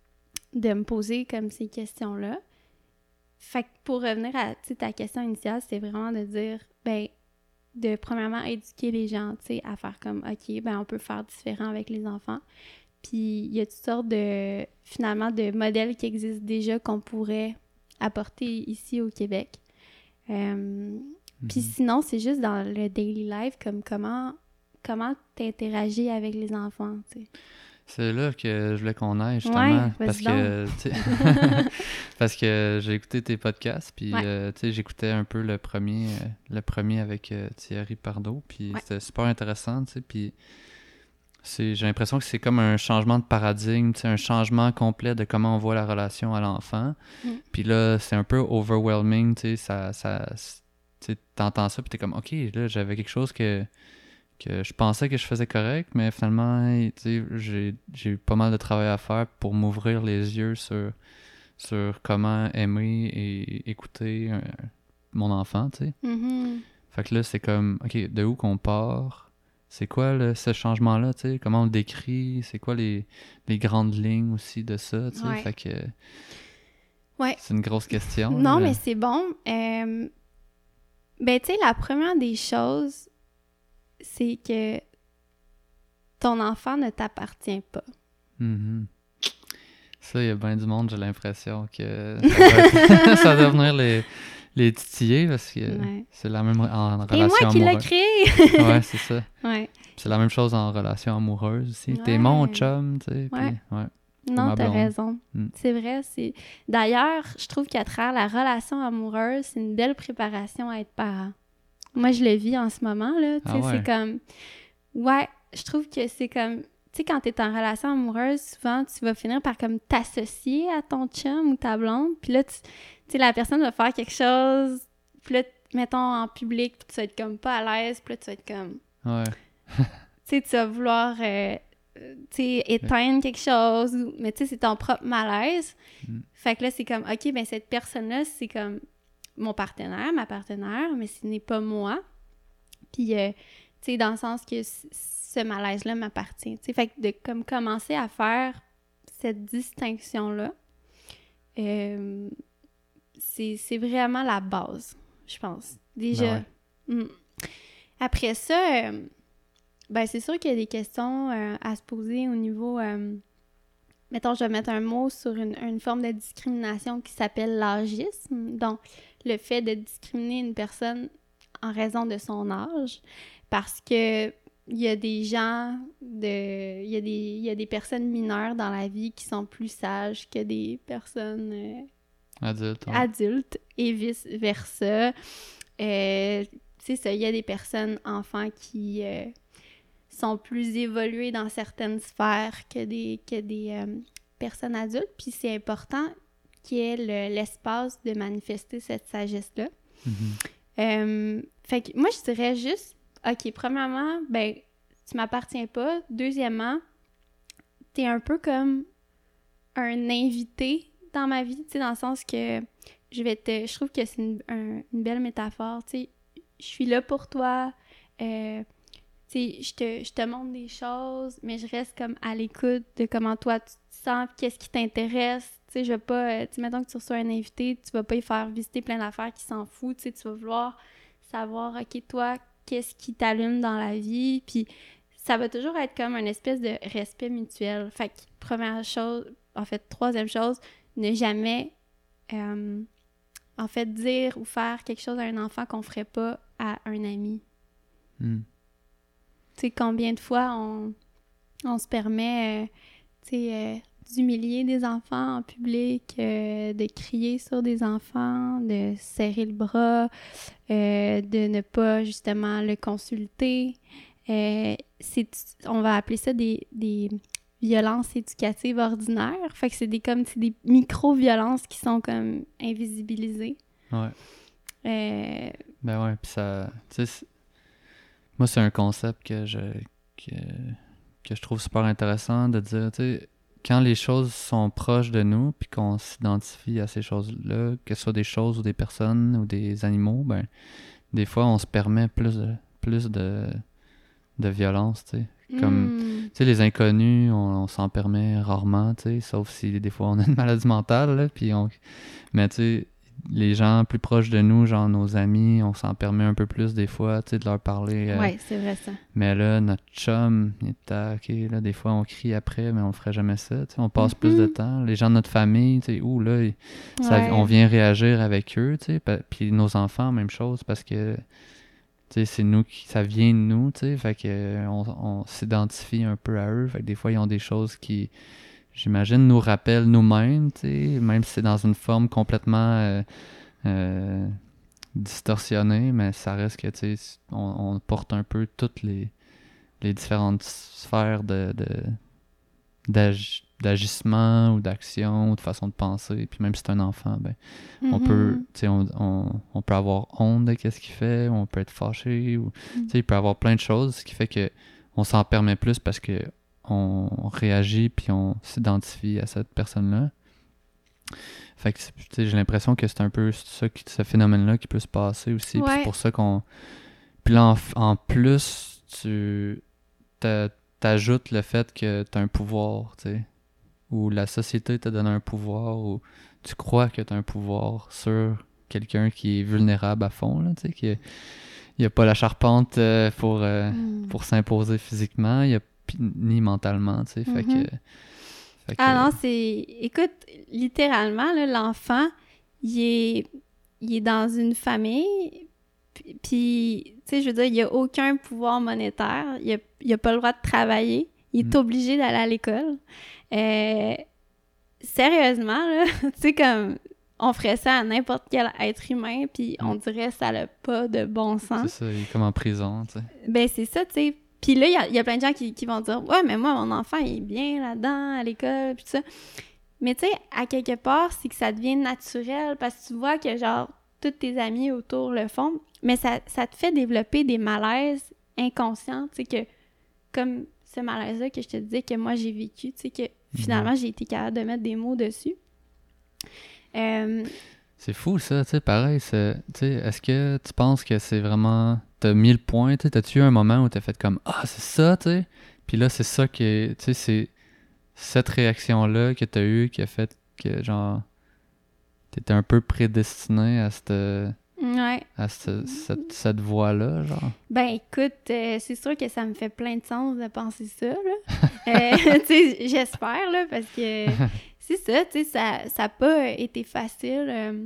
de me poser comme ces questions-là. Fait que pour revenir à ta question initiale, c'est vraiment de dire, ben, de premièrement éduquer les gens, tu sais, à faire comme, OK, ben, on peut faire différent avec les enfants. Puis il y a toutes sortes de, finalement, de modèles qui existent déjà qu'on pourrait apporter ici au Québec. Euh, mm-hmm. Puis sinon, c'est juste dans le daily life, comme comment, comment t'interagis avec les enfants, tu sais. C'est là que je voulais qu'on aille, justement, ouais, parce que, tu sais, parce que j'ai écouté tes podcasts, puis, ouais. euh, tu sais, j'écoutais un peu le premier, euh, le premier avec euh, Thierry Pardo, puis ouais. C'était super intéressant, tu sais, puis c'est, j'ai l'impression que c'est comme un changement de paradigme, tu sais, un changement complet de comment on voit la relation à l'enfant, mm. Puis là, c'est un peu overwhelming, tu sais, ça, ça, tu sais, t'entends ça, puis t'es comme, OK, là, j'avais quelque chose que... que je pensais que je faisais correct, mais finalement, tu sais, j'ai, j'ai eu pas mal de travail à faire pour m'ouvrir les yeux sur, sur comment aimer et écouter un, mon enfant, tu sais. Mm-hmm. Fait que là, c'est comme, OK, de où qu'on part? C'est quoi le, ce changement-là, tu sais? Comment on le décrit? C'est quoi les, les grandes lignes aussi de ça, tu sais? Ouais. Fait que ouais. C'est une grosse question. Non, là. mais c'est bon. Euh, ben, tu sais, la première des choses... c'est que ton enfant ne t'appartient pas. Mm-hmm. Ça, il y a bien du monde, j'ai l'impression que ça va, être... ça va devenir les, les titillés parce que ouais. C'est la même en relation amoureuse. C'est moi qui l'ai créé! Ouais, c'est ça. Ouais. C'est la même chose en relation amoureuse aussi. Ouais. T'es mon chum, tu sais. Ouais. Puis, ouais. Non, t'as blonde. raison. Mm. C'est vrai. c'est D'ailleurs, je trouve qu'à travers la relation amoureuse, c'est une belle préparation à être parent. Moi, je le vis en ce moment, là. Tu sais, Ah ouais. c'est comme... Ouais, je trouve que c'est comme... Tu sais, quand t'es en relation amoureuse, souvent, tu vas finir par comme t'associer à ton chum ou ta blonde. Puis là, tu tu sais, la personne va faire quelque chose. Puis là, mettons, en public, puis tu vas être comme pas à l'aise. Puis là, tu vas être comme... Ouais. Tu sais, tu vas vouloir... euh, tu sais, éteindre quelque chose, ou- mais tu sais, c'est ton propre malaise. Mm. Fait que là, c'est comme, OK, ben cette personne-là, c'est comme mon partenaire, ma partenaire, mais ce n'est pas moi. Puis, euh, tu sais, dans le sens que c- ce malaise-là m'appartient. Tu sais, fait que de comme commencer à faire cette distinction-là, euh, c'est, c'est vraiment la base, je pense. Déjà. Ben Mm. Après ça... euh, ben, c'est sûr qu'il y a des questions euh, à se poser au niveau... euh, mettons, je vais mettre un mot sur une, une forme de discrimination qui s'appelle l'agisme. Donc, le fait de discriminer une personne en raison de son âge. Parce que il y a des gens, de, il y a des, il y a des personnes mineures dans la vie qui sont plus sages que des personnes euh, Adulte. Ouais. adultes et vice-versa. Euh, tu sais, ça, il y a des personnes, enfants, qui... euh, sont plus évolués dans certaines sphères que des, que des euh, personnes adultes. Puis c'est important qu'il y ait le- l'espace de manifester cette sagesse-là. Mhm. Euh, fait que moi, je dirais juste, OK, premièrement, ben, tu m'appartiens pas. Deuxièmement, t'es un peu comme un invité dans ma vie, tu sais, dans le sens que je vais te... Je trouve que c'est une, un- une belle métaphore, tu sais. Je suis là pour toi, euh, tu sais, je te, je te montre des choses, mais je reste comme à l'écoute de comment toi tu te sens, qu'est-ce qui t'intéresse. Tu sais, je vais pas... euh, tu sais, mettons que tu reçois un invité, tu vas pas y faire visiter plein d'affaires qui s'en foutent, tu sais, tu vas vouloir savoir, OK, toi, qu'est-ce qui t'allume dans la vie, puis ça va toujours être comme une espèce de respect mutuel. Fait que, première chose, en fait, troisième chose, ne jamais, euh, en fait, dire ou faire quelque chose à un enfant qu'on ferait pas à un ami. Mm. Tu sais, combien de fois on, on se permet, euh, tu sais, euh, d'humilier des enfants en public, euh, de crier sur des enfants, de serrer le bras, euh, de ne pas, justement, le consulter. Euh, c'est, on va appeler ça des, des violences éducatives ordinaires. Fait que c'est des, comme, c'est des micro-violences qui sont comme invisibilisées. Ouais. Euh, Ben ouais, puis ça... Tu sais, c'est- moi, c'est un concept que je, que, que je trouve super intéressant de dire, tu sais, quand les choses sont proches de nous, puis qu'on s'identifie à ces choses-là, que ce soit des choses ou des personnes ou des animaux, ben, des fois, on se permet plus de, plus de, de violence, tu sais. Comme, hmm, tu sais, les inconnus, on, on s'en permet rarement, tu sais, sauf si des fois on a une maladie mentale, là, puis on... Mais tu sais, les gens plus proches de nous, genre nos amis, on s'en permet un peu plus des fois, tu sais, de leur parler. euh, ouais, c'est vrai ça. Mais là, notre chum, il est à- OK, là, des fois, on crie après, mais on ferait jamais ça, tu sais, on passe plus de Mhm. temps. Les gens de notre famille, tu sais, ouh, là, il- ça- Ouais. on vient réagir avec eux, tu sais, pa- puis nos enfants, même chose, parce que, tu sais, c'est nous qui, ça vient de nous, tu sais, fait que euh, on, on s'identifie un peu à eux, fait que des fois, ils ont des choses qui, j'imagine, nous rappellent nous-mêmes, tu sais, même si c'est dans une forme complètement euh, euh, distorsionnée, mais ça reste que, tu sais, on, on porte un peu toutes les, les différentes sphères de, de, d'ag- d'agissement ou d'action ou de façon de penser, puis même si c'est un enfant, ben, on Mhm. peut, tu sais, on, on, on peut avoir honte de qu'est-ce qu'il fait, ou on peut être fâché, ou, tu sais, il peut y avoir plein de choses, ce qui fait que on s'en permet plus parce que on réagit puis on s'identifie à cette personne-là. Fait que, c'est- tu sais, j'ai l'impression que c'est un peu ça qui, ce phénomène-là qui peut se passer aussi, puis Ouais. c'est pour ça qu'on... Puis là, en, f- en plus, tu t'a- t'ajoutes le fait que t'as un pouvoir, tu sais, ou la société te donne un pouvoir, ou tu crois que t'as un pouvoir sur quelqu'un qui est vulnérable à fond, là, tu sais, qu'il n'y a pas la charpente euh, pour, euh, Mm. pour s'imposer physiquement, il y a p- ni mentalement, tu sais, fait Mhm. que... fait Ah que- non, c'est... Écoute, littéralement, là, l'enfant, il est... il est dans une famille, puis, puis, tu sais, je veux dire, il a aucun pouvoir monétaire, il a, il a pas le droit de travailler, il est Mm. obligé d'aller à l'école. Euh, sérieusement, là, tu sais, comme, on ferait ça à n'importe quel être humain, puis on dirait que ça n'a pas de bon sens. C'est ça, il est comme en prison, tu sais. Ben, c'est ça, tu sais. Puis là, il y a, y a plein de gens qui, qui vont dire « Ouais, mais moi, mon enfant, il est bien là-dedans, à l'école, puis tout ça. » Mais tu sais, à quelque part, c'est que ça devient naturel, parce que tu vois que, genre, tous tes amis autour le font, mais ça, ça te fait développer des malaises inconscients, tu sais, que, comme ce malaise-là que je te disais que moi, j'ai vécu, tu sais, que finalement, mm-hmm. j'ai été capable de mettre des mots dessus. Euh... C'est fou, ça, tu sais, pareil, c'est, tu sais, est-ce que tu penses que c'est vraiment... T'as mis le point, tu sais, t'as-tu eu un moment où t'as fait comme « Ah, c'est ça, tu sais? » Puis là, c'est ça qui tu sais, c'est cette réaction-là que t'as eue qui a fait que, genre, t'étais un peu prédestiné à cette... Ouais. à ce, cette, cette voie-là, genre. Ben, écoute, euh, c'est sûr que ça me fait plein de sens de penser ça, là. euh, tu sais, j'espère, là, parce que c'est ça, tu sais, ça n'a pas été facile, euh,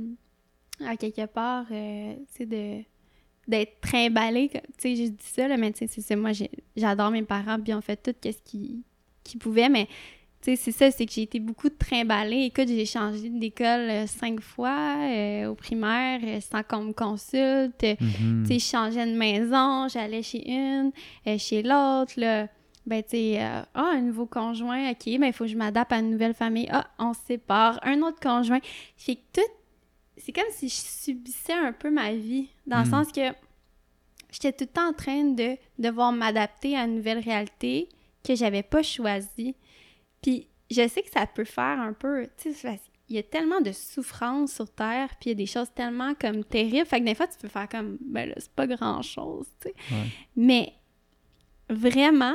à quelque part, euh, tu sais, de... d'être trimballée, tu sais, j'ai dit ça, là, mais tu sais, c'est ça, moi, j'ai, j'adore mes parents, puis ils ont fait tout ce qu'ils, qu'ils pouvaient, mais, tu sais, c'est ça, c'est que j'ai été beaucoup trimballée. Écoute, j'ai changé d'école euh, cinq fois euh, au primaire, euh, sans qu'on me consulte, mm-hmm. tu sais, je changeais de maison, j'allais chez une, euh, chez l'autre, là, ben, tu sais, ah, euh, oh, un nouveau conjoint, OK, ben, il faut que je m'adapte à une nouvelle famille, ah, on se sépare, un autre conjoint, fait que tout c'est comme si je subissais un peu ma vie, dans mm. le sens que j'étais tout le temps en train de devoir m'adapter à une nouvelle réalité que j'avais pas choisie. Puis je sais que ça peut faire un peu, tu sais, il y a tellement de souffrance sur Terre, puis il y a des choses tellement comme terribles, fait que des fois tu peux faire comme, ben là, c'est pas grand-chose, tu sais. Ouais. Mais vraiment,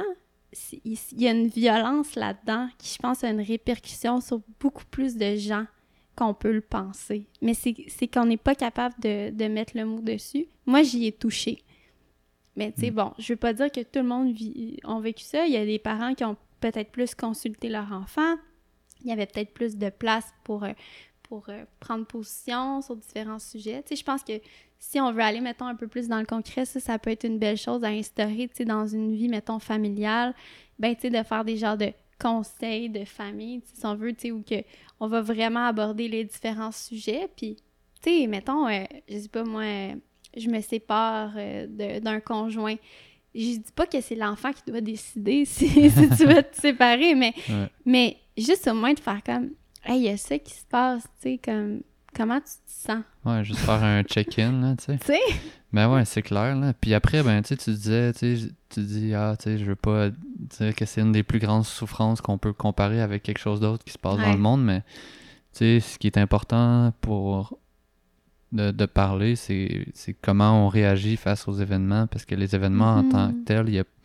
il y a une violence là-dedans qui, je pense, a une répercussion sur beaucoup plus de gens qu'on peut le penser. Mais c'est, c'est qu'on n'est pas capable de, de mettre le mot dessus. Moi, j'y ai touché. Mais tu sais, mm. bon, je veux pas dire que tout le monde vit, ont vécu ça. Il y a des parents qui ont peut-être plus consulté leur enfant. Il y avait peut-être plus de place pour, pour euh, prendre position sur différents sujets. Tu sais, je pense que si on veut aller, mettons, un peu plus dans le concret, ça, ça peut être une belle chose à instaurer, tu sais, dans une vie, mettons, familiale. Ben, tu sais, de faire des genres de conseils de famille, si on veut, tu sais, où que on va vraiment aborder les différents sujets, puis, tu sais, mettons, euh, je sais pas, moi, euh, je me sépare euh, de, d'un conjoint, je dis pas que c'est l'enfant qui doit décider si, si tu veux te séparer, mais, ouais. mais juste au moins de faire comme, hey, il y a ça qui se passe, tu sais, comme, comment tu te sens? Ouais, juste faire un check-in, là, tu sais. Tu sais? Ben ouais, c'est clair, là. Puis après, ben, tu sais, tu disais, tu sais, tu dis, ah, tu sais, je veux pas dire que c'est une des plus grandes souffrances qu'on peut comparer avec quelque chose d'autre qui se passe ouais. dans le monde, mais, tu sais, ce qui est important pour de, de parler, c'est, c'est comment on réagit face aux événements, parce que les événements mm-hmm. en tant que tels, il y a,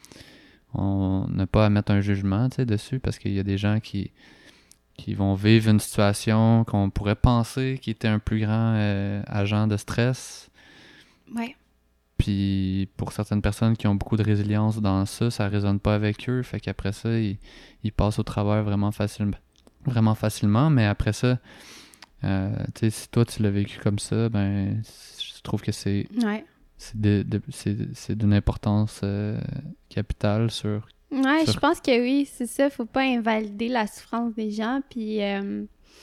on n'a pas à mettre un jugement, tu sais, dessus, parce qu'il y a des gens qui qui vont vivre une situation qu'on pourrait penser qui était un plus grand euh, agent de stress. Ouais. Puis pour certaines personnes qui ont beaucoup de résilience dans ça, ça résonne pas avec eux. Fait qu'après ça, ils, ils passent au travers vraiment facilement. Vraiment facilement, mais après ça, euh, tu sais, si toi tu l'as vécu comme ça, ben je trouve que c'est, ouais. c'est, de, de, c'est, c'est d'une importance euh, capitale sur... Ouais, sur... je pense que oui, c'est ça. Faut pas invalider la souffrance des gens. Puis, euh,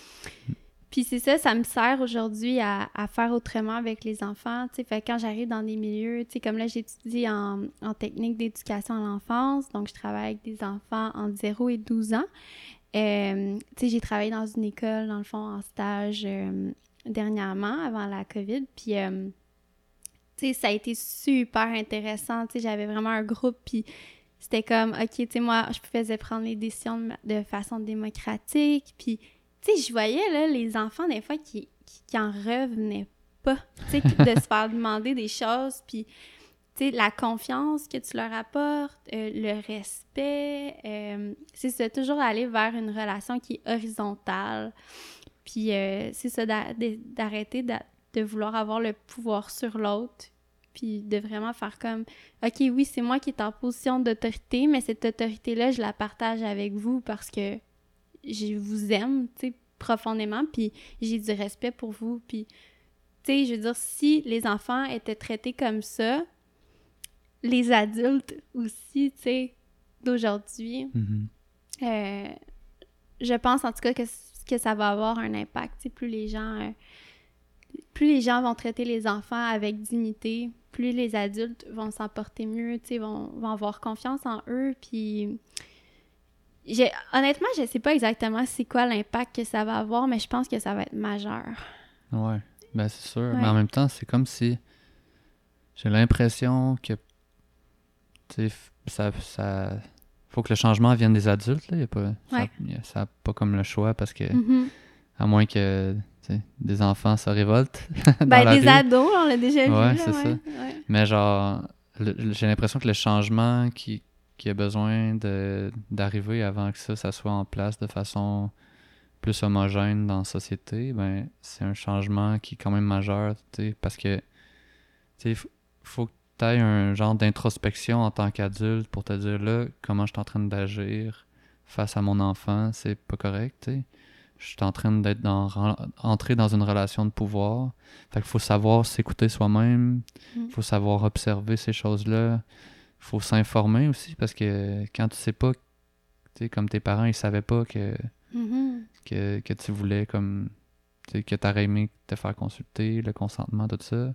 puis c'est ça, ça me sert aujourd'hui à, à faire autrement avec les enfants. Tu sais, fait quand j'arrive dans des milieux, tu sais, comme là, j'étudie en, en technique d'éducation à l'enfance. Donc, je travaille avec des enfants entre zéro et douze ans. Euh, tu sais, j'ai travaillé dans une école, dans le fond, en stage euh, dernièrement, avant la COVID. Puis, euh, tu sais, ça a été super intéressant. Tu sais, j'avais vraiment un groupe, puis c'était comme, OK, tu sais, moi, je faisais prendre les décisions de, de façon démocratique. Puis, tu sais, je voyais, là, les enfants, des fois, qui, qui, qui en revenaient pas, tu sais, de se faire demander des choses. Puis, tu sais, la confiance que tu leur apportes, euh, le respect, euh, c'est ça, toujours aller vers une relation qui est horizontale. Puis, euh, c'est ça, d'a, d'arrêter de, de vouloir avoir le pouvoir sur l'autre. Puis de vraiment faire comme, OK, oui, c'est moi qui est en position d'autorité, mais cette autorité-là, je la partage avec vous parce que je vous aime, tu sais, profondément, puis j'ai du respect pour vous. Puis, tu sais, je veux dire, si les enfants étaient traités comme ça, les adultes aussi, tu sais, d'aujourd'hui, mm-hmm. euh, je pense en tout cas que que ça va avoir un impact. Tu sais, plus les gens... Euh, plus les gens vont traiter les enfants avec dignité, plus les adultes vont s'en porter mieux, tu sais, vont, vont avoir confiance en eux, puis... J'ai, honnêtement, je sais pas exactement c'est quoi l'impact que ça va avoir, mais je pense que ça va être majeur. Ouais, ben c'est sûr. Ouais. Mais en même temps, c'est comme si... J'ai l'impression que... Tu sais, ça... ça... faut que le changement vienne des adultes, là. Y a pas, Ouais. ça, ça a pas comme le choix, parce que... Mm-hmm. À moins que t'sais, des enfants se révoltent dans Ben, la des rue. ados, on l'a déjà vu. Ouais, là, c'est ouais. ça. Ouais. Mais genre, le- le- j'ai l'impression que le changement qui, qui a besoin de, d'arriver avant que ça, ça soit en place de façon plus homogène dans la société, ben c'est un changement qui est quand même majeur, tu sais, parce que tu sais, faut, faut que tu aies un genre d'introspection en tant qu'adulte pour te dire là, comment je suis en train d'agir face à mon enfant, c'est pas correct, tu sais. Je suis en train d'être dans entrer dans une relation de pouvoir. Fait qu'il faut savoir s'écouter soi-même. Il Mm. faut savoir observer ces choses-là. Il faut s'informer aussi, parce que quand tu sais pas, tu sais, comme tes parents, ils savaient pas que, Mm-hmm. que, que tu voulais, comme, tu sais, que t'aurais aimé te faire consulter, le consentement, tout ça.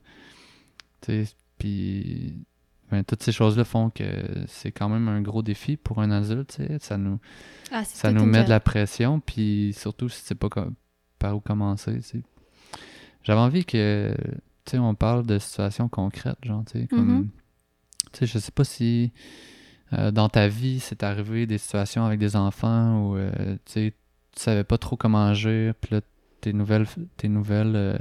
Tu sais, puis ben, toutes ces choses-là font que c'est quand même un gros défi pour un adulte, tu sais. Ça nous, Ah, c'est ça toute nous une met job. de la pression, puis surtout si tu sais pas com- par où commencer, tu sais. J'avais envie que, tu sais, on parle de situations concrètes, genre, tu sais, comme... Mhm. Tu sais, je sais pas si euh, dans ta vie, c'est arrivé des situations avec des enfants où, euh, tu sais, tu savais pas trop comment agir, puis là, tes nouvelles, tes nouvelles euh,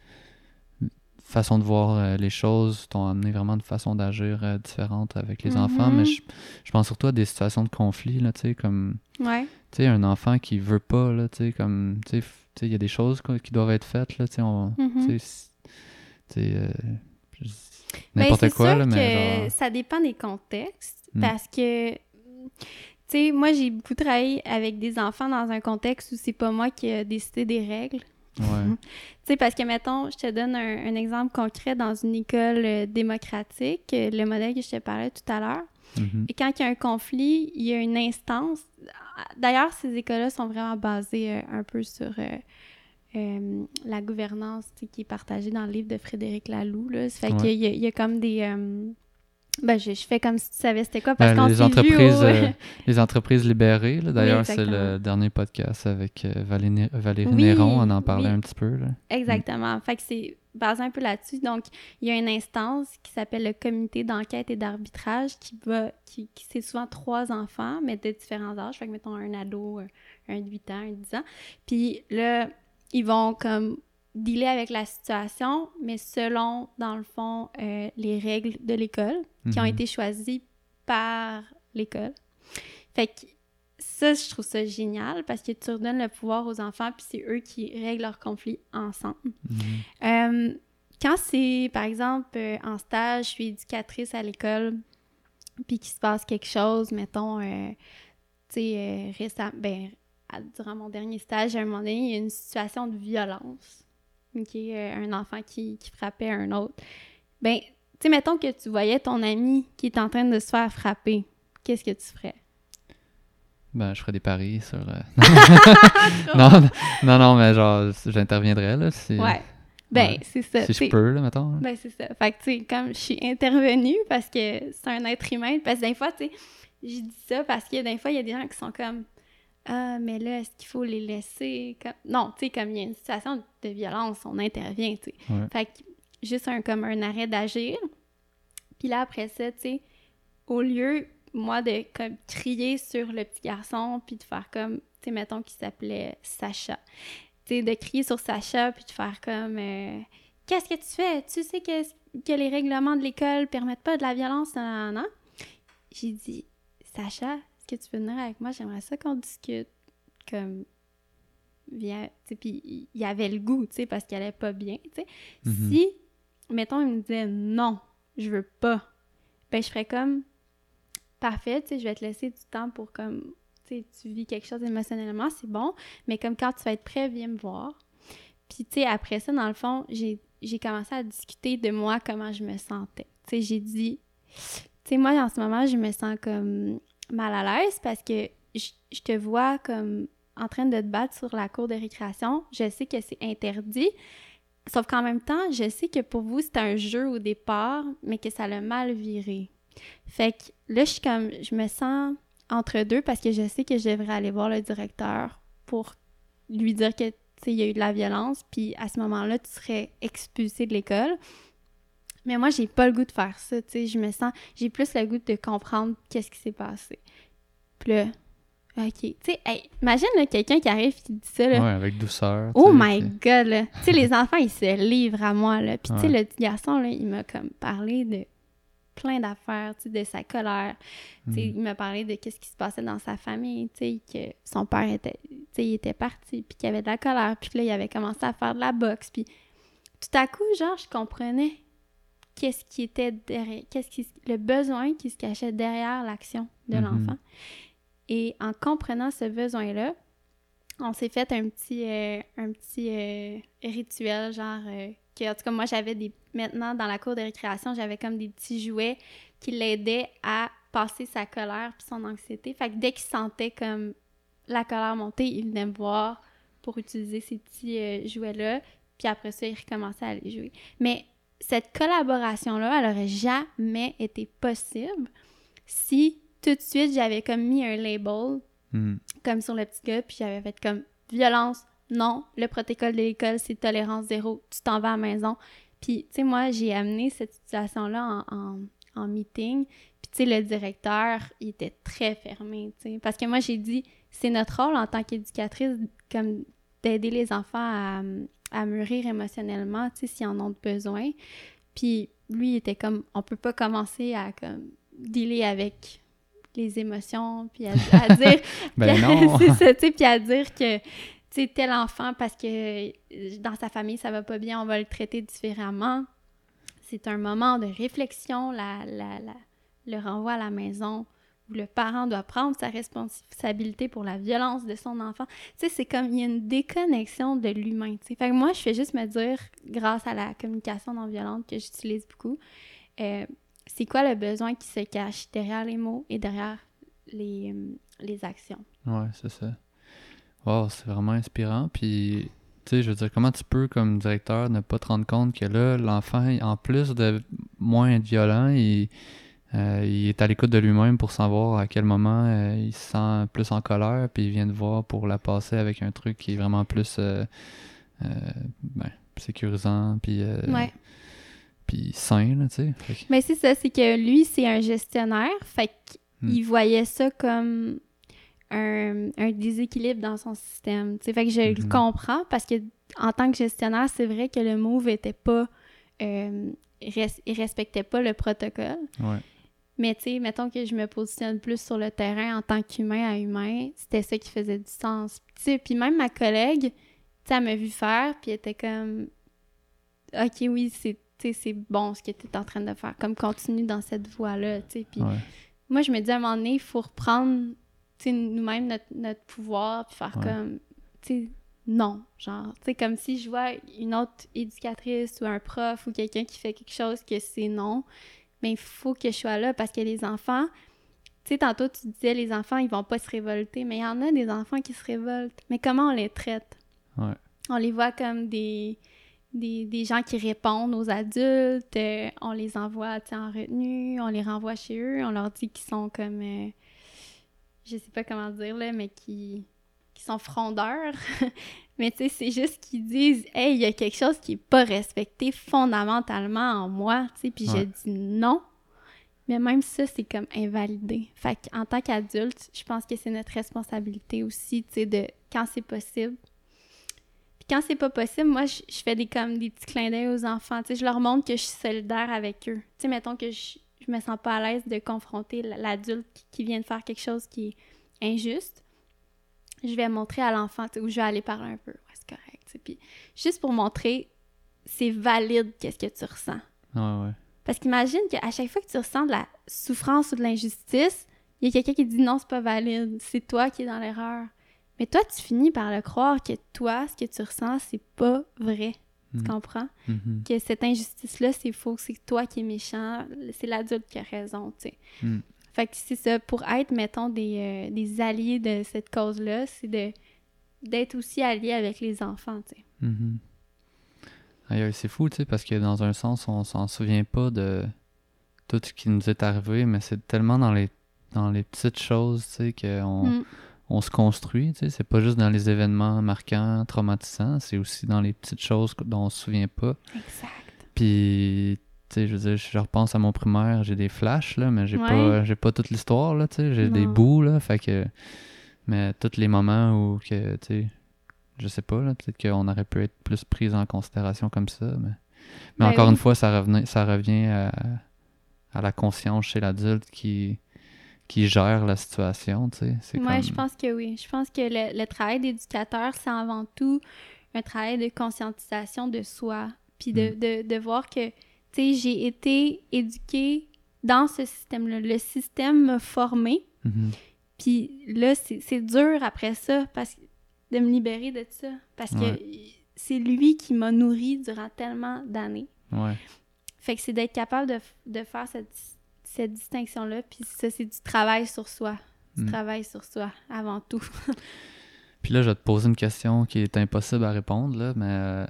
façons de voir euh, les choses t'ont amené vraiment une façon d'agir euh, différente avec les Mhm. enfants, mais je, je pense surtout à des situations de conflit, là, tu sais, comme... Ouais. Tu sais, un enfant qui veut pas, là, tu sais, comme... Tu sais, f- tu sais, il y a des choses quoi, qui doivent être faites, là, tu sais, on... Mhm. Tu sais, c- tu sais, euh, je- Ben, n'importe c'est quoi, sûr là, mais que genre... ça dépend des contextes, Mm. parce que, tu sais, moi, j'ai beaucoup travaillé avec des enfants dans un contexte où c'est pas moi qui ai décidé des règles. Ouais. Tu sais, parce que, mettons, je te donne un, un exemple concret dans une école euh, démocratique, euh, le modèle que je te parlais tout à l'heure. Mhm. Et quand il y a un conflit, il y a une instance. D'ailleurs, ces écoles-là sont vraiment basées euh, un peu sur euh, euh, la gouvernance, tu sais, qui est partagée dans le livre de Frédéric Laloux, là. Ça fait Ouais. qu'il y a, il y a comme des... euh, Ben, je, je fais comme si tu savais c'était quoi, parce Ben, qu'on les s'est vu entreprises, au... euh, les entreprises libérées, là, d'ailleurs, c'est exactement. le dernier podcast avec euh, Valérie, Valérie Oui, Néron, on en parlait oui. un petit peu, là. Exactement. Fait que c'est basé un peu là-dessus. Donc, il y a une instance qui s'appelle le comité d'enquête et d'arbitrage qui va... qui, qui c'est souvent trois enfants, mais de différents âges. Fait que, mettons, un ado, un de huit ans, un de dix ans. Puis là, ils vont comme dealer avec la situation, mais selon, dans le fond, euh, les règles de l'école qui ont Mhm. été choisies par l'école. Fait que ça, je trouve ça génial parce que tu redonnes le pouvoir aux enfants puis c'est eux qui règlent leurs conflits ensemble. Mhm. Euh, quand c'est, par exemple, euh, en stage, je suis éducatrice à l'école puis qu'il se passe quelque chose, mettons, euh, tu sais, euh, récemment, ben, à- durant mon dernier stage, à un moment donné, il y a une situation de violence. OK, euh, un enfant qui, qui frappait un autre. Ben, tu sais, mettons que tu voyais ton ami qui est en train de se faire frapper. Qu'est-ce que tu ferais? Ben, je ferais des paris sur... euh, non, non, non, mais genre, j'interviendrais, là, si, Ouais. Ben, Ouais. c'est ça. si je t'sais. peux, là, mettons. là. Ben, c'est ça. Fait que, tu sais, comme je suis intervenue parce que c'est un être humain, parce que des fois, tu sais, je dis ça parce que des fois, il y a des gens qui sont comme ah, mais là, est-ce qu'il faut les laisser? Comme... Non, tu sais, comme il y a une situation de violence, on intervient, tu sais. Ouais. Fait que juste un, comme un arrêt d'agir. Puis là, après ça, tu sais, au lieu, moi, de comme crier sur le petit garçon, puis de faire comme, tu sais, mettons qu'il s'appelait Sacha. Tu sais, de crier sur Sacha, puis de faire comme euh, qu'est-ce que tu fais? Tu sais que, que les règlements de l'école permettent pas de la violence, non, non, non. J'ai dit, Sacha, est-ce que tu veux venir avec moi? J'aimerais ça qu'on discute. Comme, viens, tu sais, puis il y avait le goût, tu sais, parce qu'elle allait pas bien, tu sais. Mhm. Si, mettons, il me disait non, je veux pas, ben je ferais comme, parfait, tu sais, je vais te laisser du temps pour comme, tu sais, tu vis quelque chose émotionnellement, c'est bon, mais comme quand tu vas être prêt, viens me voir. Puis, tu sais, après ça, dans le fond, j'ai, j'ai commencé à discuter de moi, comment je me sentais. Tu sais, j'ai dit, tu sais, moi, en ce moment, je me sens comme mal à l'aise parce que je, je te vois comme en train de te battre sur la cour de récréation. Je sais que c'est interdit. Sauf qu'en même temps, je sais que pour vous, c'était un jeu au départ, mais que ça l'a mal viré. Fait que là, je suis comme, je me sens entre deux parce que je sais que je devrais aller voir le directeur pour lui dire que, tu sais, il y a eu de la violence, puis à ce moment-là, tu serais expulsé de l'école. Mais moi, j'ai pas le goût de faire ça, tu sais, je me sens, j'ai plus le goût de comprendre qu'est-ce qui s'est passé. Puis là, OK. Tu sais, hey, imagine là, quelqu'un qui arrive et qui dit ça. Là. Ouais, avec douceur. Oh t'sais, my puis... God! Là. Tu sais, les enfants, ils se livrent à moi. Là. Puis, tu sais, Ouais. le petit garçon, là, il m'a comme parlé de plein d'affaires, tu sais, de sa colère. Tu sais, Mm. il m'a parlé de qu'est-ce qui se passait dans sa famille, tu sais, que son père était, tu sais, il était parti, puis qu'il y avait de la colère, puis que là, il avait commencé à faire de la boxe. Puis, tout à coup, genre, je comprenais qu'est-ce qui était derrière, qu'est-ce qui, le besoin qui se cachait derrière l'action de Mhm. l'enfant. Et en comprenant ce besoin-là, on s'est fait un petit, euh, un petit euh, rituel, genre, euh, que, en tout cas, moi, j'avais des... Maintenant, dans la cour de récréation, j'avais comme des petits jouets qui l'aidaient à passer sa colère puis son anxiété. Fait que dès qu'il sentait comme la colère monter, il venait me voir pour utiliser ces petits euh, jouets-là. Puis après ça, il recommençait à les jouer. Mais cette collaboration-là, elle aurait jamais été possible si... Tout de suite, j'avais comme mis un label, Mm. comme sur le petit gars, puis j'avais fait comme « Violence, non. Le protocole de l'école, c'est tolérance zéro. Tu t'en vas à la maison. » Puis, tu sais, moi, j'ai amené cette situation-là en, en, en meeting. Puis, tu sais, le directeur, il était très fermé, tu sais. Parce que moi, j'ai dit « C'est notre rôle en tant qu'éducatrice, comme d'aider les enfants à, à mûrir émotionnellement, tu sais, s'ils en ont besoin. » Puis, lui, il était comme « On peut pas commencer à, comme, dealer avec... » les émotions, puis à, à dire... Ben puis à, non! c'est ça, tu sais, puis à dire que, tu sais, tel enfant, parce que dans sa famille, ça va pas bien, on va le traiter différemment. C'est un moment de réflexion, la, la, la, le renvoi à la maison, où le parent doit prendre sa responsabilité pour la violence de son enfant. Tu sais, c'est comme, il y a une déconnexion de l'humain, tu sais. Fait que moi, je fais juste me dire, grâce à la communication non violente que j'utilise beaucoup, euh, c'est quoi le besoin qui se cache derrière les mots et derrière les, euh, les actions. Ouais, c'est ça. Wow, c'est vraiment inspirant. Puis, tu sais, je veux dire, comment tu peux, comme directeur, ne pas te rendre compte que là, l'enfant, en plus de moins être violent, il, euh, il est à l'écoute de lui-même pour savoir à quel moment euh, il se sent plus en colère, puis il vient te voir pour la passer avec un truc qui est vraiment plus euh, euh, ben, sécurisant, puis... Euh, Ouais. Puis sain, là, tu sais. Fait que- Mais c'est ça, c'est que lui, c'est un gestionnaire, fait qu'il Hmm. voyait ça comme un, un déséquilibre dans son système, tu sais. Fait que je le Mhm. comprends, parce que en tant que gestionnaire, c'est vrai que le move était pas... Euh, res- il respectait pas le protocole. Ouais. Mais tu sais, mettons que je me positionne plus sur le terrain en tant qu'humain à humain, c'était ça qui faisait du sens. Tu sais, puis même ma collègue, tu sais, elle m'a vu faire, puis elle était comme... OK, oui, c'est, tu sais, c'est bon ce que tu es en train de faire. Comme continue dans cette voie-là, tu sais. Puis Ouais. moi, je me dis à un moment donné, il faut reprendre, tu sais, nous-mêmes notre, notre pouvoir, puis faire Ouais. comme, tu sais, non. Genre, tu sais, comme si je vois une autre éducatrice ou un prof ou quelqu'un qui fait quelque chose que c'est non, mais il faut que je sois là parce que les enfants, tu sais, tantôt tu disais les enfants, ils vont pas se révolter, mais il y en a des enfants qui se révoltent. Mais comment on les traite? Ouais. On les voit comme des, des, des gens qui répondent aux adultes, euh, on les envoie, tu sais, en retenue, on les renvoie chez eux, on leur dit qu'ils sont comme, euh, je sais pas comment dire, là, mais qui, qui sont frondeurs. Mais tu sais, c'est juste qu'ils disent « Hey, il y a quelque chose qui est pas respecté fondamentalement en moi, tu sais, puis Ouais. je dis non. » Mais même ça, c'est comme invalidé. Fait qu'en tant qu'adulte, je pense que c'est notre responsabilité aussi, tu sais, de quand c'est possible. Puis quand c'est pas possible, moi, je, je fais des comme des petits clins d'œil aux enfants, tu sais, je leur montre que je suis solidaire avec eux. Tu sais, mettons que je, je me sens pas à l'aise de confronter l'adulte qui, qui vient de faire quelque chose qui est injuste. Je vais montrer à l'enfant, tu sais, ou je vais aller parler un peu. Ouais, c'est correct, tu sais. Puis juste pour montrer, c'est valide qu'est-ce que tu ressens. Ouais, ouais. Parce qu'imagine qu'à chaque fois que tu ressens de la souffrance ou de l'injustice, il y a quelqu'un qui dit non, c'est pas valide, c'est toi qui es dans l'erreur. Mais toi, tu finis par le croire que toi, ce que tu ressens, c'est pas vrai. Mm. Tu comprends? Mhm. Que cette injustice-là, c'est faux, c'est toi qui es méchant, c'est l'adulte qui a raison, tu sais. Mm. Fait que c'est ça, pour être, mettons, des, euh, des alliés de cette cause-là, c'est de d'être aussi allié avec les enfants, tu sais. Mm-hmm. Aïe, c'est fou, tu sais, parce que dans un sens, on s'en souvient pas de tout ce qui nous est arrivé, mais c'est tellement dans les dans les petites choses, tu sais, qu'on mm. on se construit, tu sais. C'est pas juste dans les événements marquants, traumatisants, c'est aussi dans les petites choses dont on se souvient pas. Exact. Puis, tu sais, je veux dire, je repense à mon primaire, j'ai des flashs, là, mais j'ai ouais. pas j'ai pas toute l'histoire, là, tu sais. J'ai non. des bouts, là, fait que... Mais tous les moments où, que, tu sais... Je sais pas, là, peut-être qu'on aurait pu être plus pris en considération comme ça, mais, mais ben encore oui. une fois, ça, revenait, ça revient à, à la conscience chez l'adulte qui, qui gère la situation, tu sais. Oui, comme... je pense que oui. Je pense que le, le travail d'éducateur, c'est avant tout un travail de conscientisation de soi, puis de, mm. de, de voir que, tu sais, j'ai été éduquée dans ce système-là. Le système m'a formée, mm-hmm. puis là, c'est, c'est dur après ça, parce que de me libérer de ça, parce ouais. que c'est lui qui m'a nourri durant tellement d'années. Ouais. Fait que c'est d'être capable de, de faire cette, cette distinction-là, puis ça, c'est du travail sur soi. Du mm. travail sur soi, avant tout. Puis là, je vais te poser une question qui est impossible à répondre, là, mais... Euh,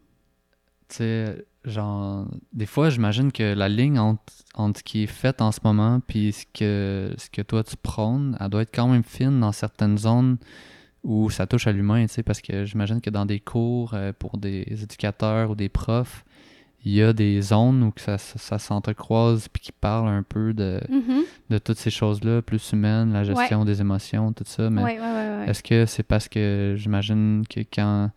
tu sais, genre... Des fois, j'imagine que la ligne entre, entre ce qui est fait en ce moment puis ce que, ce que toi, tu prônes, elle doit être quand même fine dans certaines zones... où ça touche à l'humain, tu sais, parce que j'imagine que dans des cours euh, pour des éducateurs ou des profs, il y a des zones où ça, ça, ça s'entrecroise puis qui parlent un peu de, mm-hmm. de toutes ces choses-là, plus humaines, la gestion ouais. des émotions, tout ça, mais ouais, ouais, ouais, ouais. est-ce que c'est parce que j'imagine que quand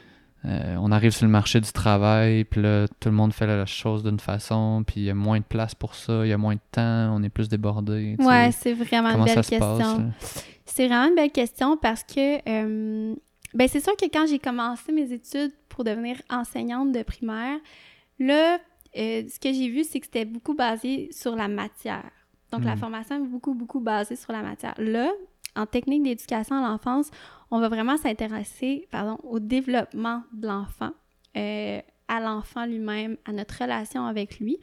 euh, on arrive sur le marché du travail, puis là, tout le monde fait la chose d'une façon, puis il y a moins de place pour ça, il y a moins de temps, on est plus débordé. Ouais, c'est vraiment Comment une belle ça question. Se passe, c'est vraiment une belle question parce que euh, ben c'est sûr que quand j'ai commencé mes études pour devenir enseignante de primaire, là, euh, ce que j'ai vu, c'est que c'était beaucoup basé sur la matière. Donc, mmh. la formation est beaucoup, beaucoup basée sur la matière. Là, en technique d'éducation à l'enfance, on va vraiment s'intéresser, pardon, au développement de l'enfant, euh, à l'enfant lui-même, à notre relation avec lui.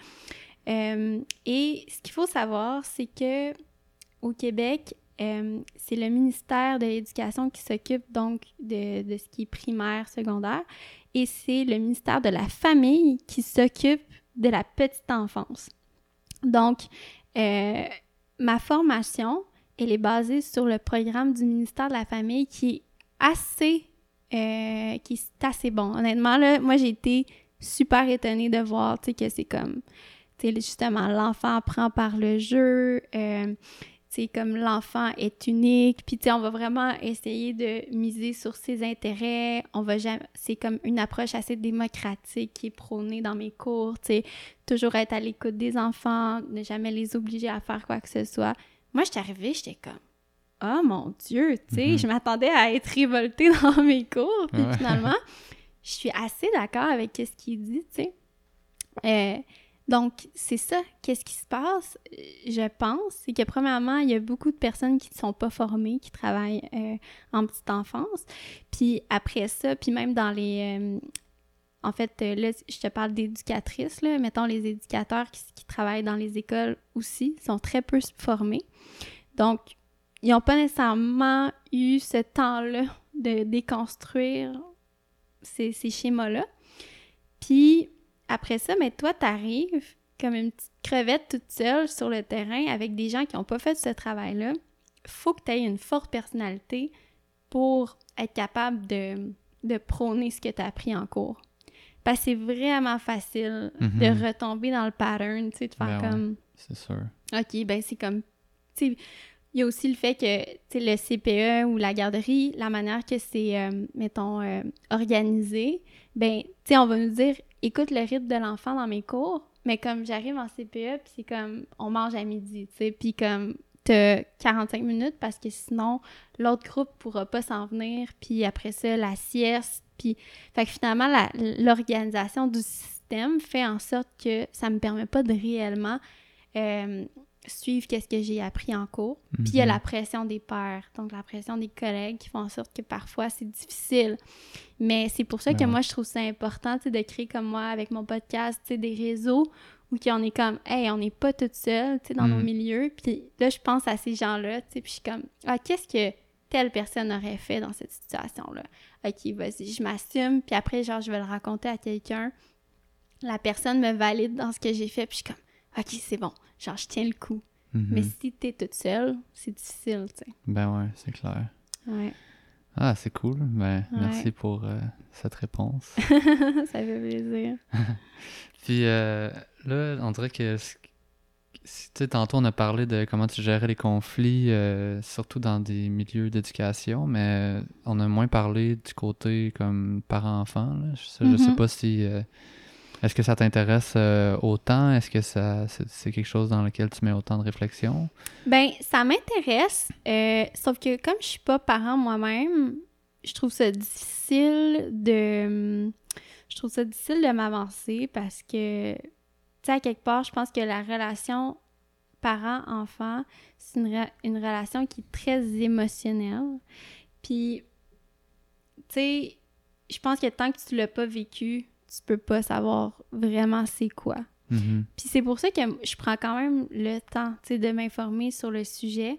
Euh, et ce qu'il faut savoir, c'est que au Québec, euh, c'est le ministère de l'Éducation qui s'occupe donc de, de ce qui est primaire, secondaire, et c'est le ministère de la Famille qui s'occupe de la petite enfance. Donc, euh, ma formation, elle est basée sur le programme du ministère de la Famille qui est assez, euh, qui est assez bon. Honnêtement, là, moi, j'ai été super étonnée de voir, tu sais, que c'est comme, tu sais, justement, l'enfant apprend par le jeu, euh, tu sais, comme l'enfant est unique, puis tu sais, on va vraiment essayer de miser sur ses intérêts, on va jamais, c'est comme une approche assez démocratique qui est prônée dans mes cours, tu sais, toujours être à l'écoute des enfants, ne jamais les obliger à faire quoi que ce soit. Moi, j'étais arrivée, j'étais comme, oh mon Dieu, tu sais, mm-hmm. je m'attendais à être révoltée dans mes cours, puis ouais. finalement, je suis assez d'accord avec ce qu'il dit, tu sais. Euh, donc, c'est ça, qu'est-ce qui se passe, je pense, c'est que premièrement, il y a beaucoup de personnes qui ne sont pas formées, qui travaillent euh, en petite enfance, puis après ça, puis même dans les... Euh, en fait, là, je te parle d'éducatrices, là, mettons les éducateurs qui, qui travaillent dans les écoles aussi, sont très peu formés. Donc, ils n'ont pas nécessairement eu ce temps-là de déconstruire ces, ces schémas-là. Puis, après ça, mais toi, t'arrives comme une petite crevette toute seule sur le terrain avec des gens qui n'ont pas fait ce travail-là. Il faut que tu aies une forte personnalité pour être capable de, de prôner ce que tu as appris en cours. Parce que c'est vraiment facile mm-hmm. de retomber dans le pattern, tu sais, de faire ben comme... Ouais, c'est sûr. OK, ben c'est comme... Tu sais, il y a aussi le fait que, tu sais, le C P E ou la garderie, la manière que c'est, euh, mettons, euh, organisé, ben, tu sais, on va nous dire, écoute le rythme de l'enfant dans mes cours, mais comme j'arrive en C P E, puis c'est comme, on mange à midi, tu sais, puis comme, t'as quarante-cinq minutes parce que sinon, l'autre groupe pourra pas s'en venir, puis après ça, la sieste, puis... Fait que finalement, la, l'organisation du système fait en sorte que ça me permet pas de réellement euh, suivre qu'est-ce que j'ai appris en cours. Mm-hmm. Puis il y a la pression des pairs, donc la pression des collègues qui font en sorte que parfois, c'est difficile. Mais c'est pour ça ouais. que moi, je trouve ça important, tu sais, de créer comme moi, avec mon podcast, tu sais, des réseaux où on est comme, hey, on n'est pas toutes seules, tu sais, dans mm. nos milieux. Puis là, je pense à ces gens-là, tu sais, puis je suis comme, ah, qu'est-ce que... telle personne aurait fait dans cette situation-là. OK, vas-y, je m'assume, puis après, genre, je vais le raconter à quelqu'un. La personne me valide dans ce que j'ai fait, puis je suis comme, OK, c'est bon, genre, je tiens le coup. Mm-hmm. Mais si t'es toute seule, c'est difficile, tu sais. Ben ouais, c'est clair. Ouais. Ah, c'est cool. Ben, ouais. Merci pour euh, cette réponse. Ça fait plaisir. Puis euh, là, on dirait que... Tu sais, tantôt, on a parlé de comment tu gérais les conflits, euh, surtout dans des milieux d'éducation, mais on a moins parlé du côté comme parent-enfant. Là. Je, mm-hmm. je sais pas si... Euh, est-ce que ça t'intéresse euh, autant? Est-ce que ça c'est, c'est quelque chose dans lequel tu mets autant de réflexion? Ben, ça m'intéresse, euh, sauf que comme je suis pas parent moi-même, je trouve ça difficile de... Je trouve ça difficile de m'avancer parce que... Tu sais, à quelque part, je pense que la relation parent-enfant, c'est une, re- une relation qui est très émotionnelle. Puis, tu sais, je pense que tant que tu l'as pas vécu, tu peux pas savoir vraiment c'est quoi. Mm-hmm. Puis c'est pour ça que je prends quand même le temps, tu sais, de m'informer sur le sujet.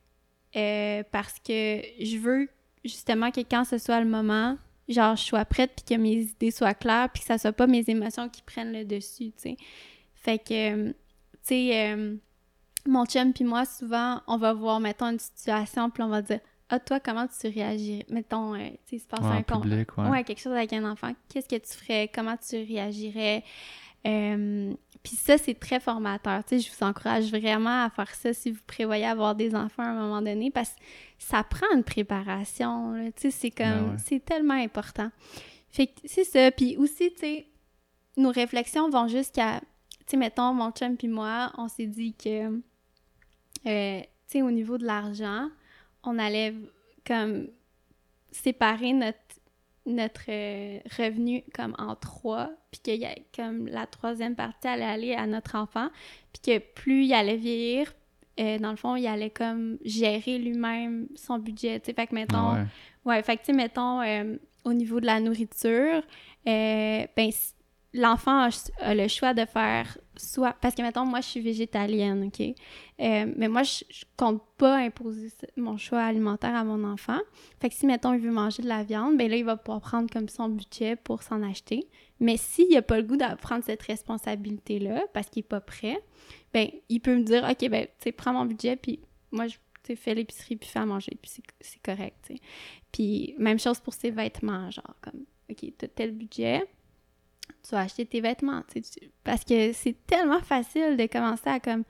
Euh, parce que je veux justement que quand ce soit le moment, genre, je sois prête puis que mes idées soient claires puis que ça soit pas mes émotions qui prennent le dessus, tu sais. Fait que, tu sais, euh, mon chum puis moi, souvent, on va voir, mettons, une situation puis on va dire « Ah, toi, comment tu réagirais? » Mettons, euh, tu sais, il se passe ouais, un con. public, ouais. ouais, quelque chose avec un enfant. Qu'est-ce que tu ferais? Comment tu réagirais? Euh, puis ça, c'est très formateur. Tu sais, je vous encourage vraiment à faire ça si vous prévoyez avoir des enfants à un moment donné parce que ça prend une préparation. Tu sais, c'est comme... Ben ouais. C'est tellement important. Fait que c'est ça. Puis aussi, tu sais, nos réflexions vont jusqu'à... Tu sais, mettons, mon chum puis moi, on s'est dit que... Euh, tu sais, au niveau de l'argent, on allait comme séparer notre... notre euh, revenu comme en trois, puis qu'il y a comme la troisième partie allait aller à notre enfant, puis que plus il allait vieillir, euh, dans le fond, il allait comme gérer lui-même son budget, tu sais, fait que mettons, Ah ouais. ouais, fait que tu sais, mettons, euh, au niveau de la nourriture, euh, ben, l'enfant a, a le choix de faire soit, parce que mettons, moi, je suis végétalienne, OK? Euh, mais moi, je, je compte pas imposer mon choix alimentaire à mon enfant. Fait que si, mettons, il veut manger de la viande, ben là, il va pouvoir prendre comme son budget pour s'en acheter. Mais s'il n'a pas le goût de prendre cette responsabilité-là, parce qu'il n'est pas prêt, ben il peut me dire, OK, ben, tu sais, prends mon budget, puis moi, je fais l'épicerie, puis fais à manger, puis c'est, c'est correct, tu sais. Puis même chose pour ses vêtements, genre, comme, OK, t'as tel budget, tu vas acheter tes vêtements, tu sais, parce que c'est tellement facile de commencer à, comme,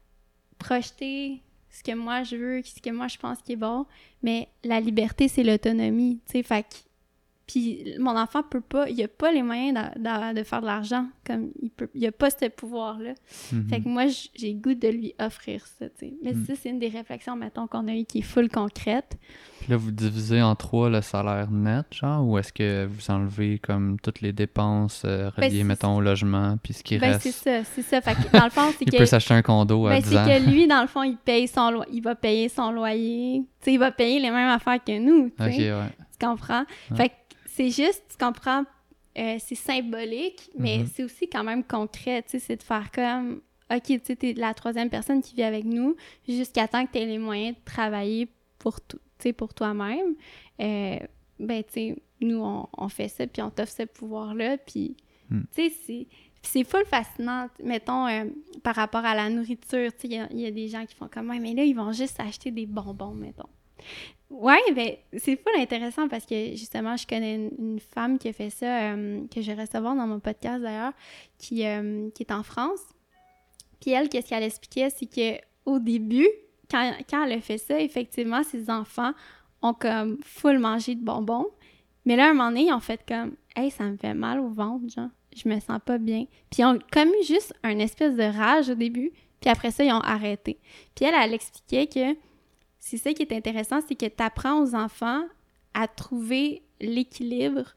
projeter ce que moi je veux, ce que moi je pense qui est bon, mais la liberté, c'est l'autonomie, tu sais, fait que puis mon enfant peut pas, il a pas les moyens de, de, de faire de l'argent, comme il peut, il a pas ce pouvoir-là. Mm-hmm. Fait que moi, j'ai le goût de lui offrir ça, tu sais. Mais mm. ça, c'est une des réflexions, mettons, qu'on a eues qui est full concrète. Puis là, vous divisez en trois le salaire net, genre, ou est-ce que vous enlevez comme toutes les dépenses euh, reliées, ben, mettons, au logement, puis ce qui ben, reste? Ben, c'est ça, c'est ça. Fait que dans le fond, c'est il que... Il peut s'acheter un condo à ben, dix ans. c'est que lui, dans le fond, il paye son lo... il va payer son loyer. Tu sais, il va payer les mêmes affaires que nous, tu sais. OK, ouais. Tu comprends? Ouais. Fait que c'est juste, tu comprends, euh, c'est symbolique, mais mm-hmm. c'est aussi quand même concret, tu sais, c'est de faire comme, OK, tu sais, t'es la troisième personne qui vit avec nous, jusqu'à temps que tu aies les moyens de travailler pour, tu sais, pour toi-même. Euh, ben, tu sais, nous, on, on fait ça, puis on t'offre ce pouvoir-là, puis, mm. tu sais, c'est... c'est full fascinant, mettons, euh, par rapport à la nourriture, tu sais, il y, y a des gens qui font comme, ouais, mais là, ils vont juste acheter des bonbons, mettons. Ouais, ben c'est full intéressant parce que justement, je connais une, une femme qui a fait ça, euh, que je vais recevoir dans mon podcast d'ailleurs, qui, euh, qui est en France. Puis elle, qu'est-ce qu'elle expliquait, c'est qu'au début, quand, quand elle a fait ça, effectivement, ses enfants ont comme full mangé de bonbons. Mais là, à un moment donné, ils ont fait comme, hey, ça me fait mal au ventre, genre, je me sens pas bien. Puis ils ont comme eu juste un espèce de rage au début, puis après ça, ils ont arrêté. Puis elle, elle expliquait que c'est ça qui est intéressant, c'est que tu apprends aux enfants à trouver l'équilibre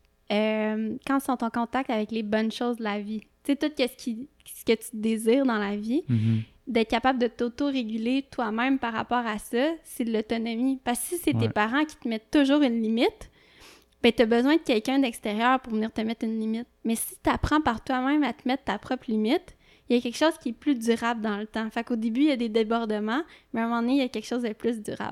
euh, quand ils sont en contact avec les bonnes choses de la vie. Tu sais, tout ce, qui, ce que tu désires dans la vie, mm-hmm. d'être capable de t'auto-réguler toi-même par rapport à ça, c'est de l'autonomie. Parce que si c'est ouais. tes parents qui te mettent toujours une limite, ben tu as besoin de quelqu'un d'extérieur pour venir te mettre une limite. Mais si tu apprends par toi-même à te mettre ta propre limite, il y a quelque chose qui est plus durable dans le temps. Fait qu'au début, il y a des débordements, mais à un moment donné, il y a quelque chose de plus durable.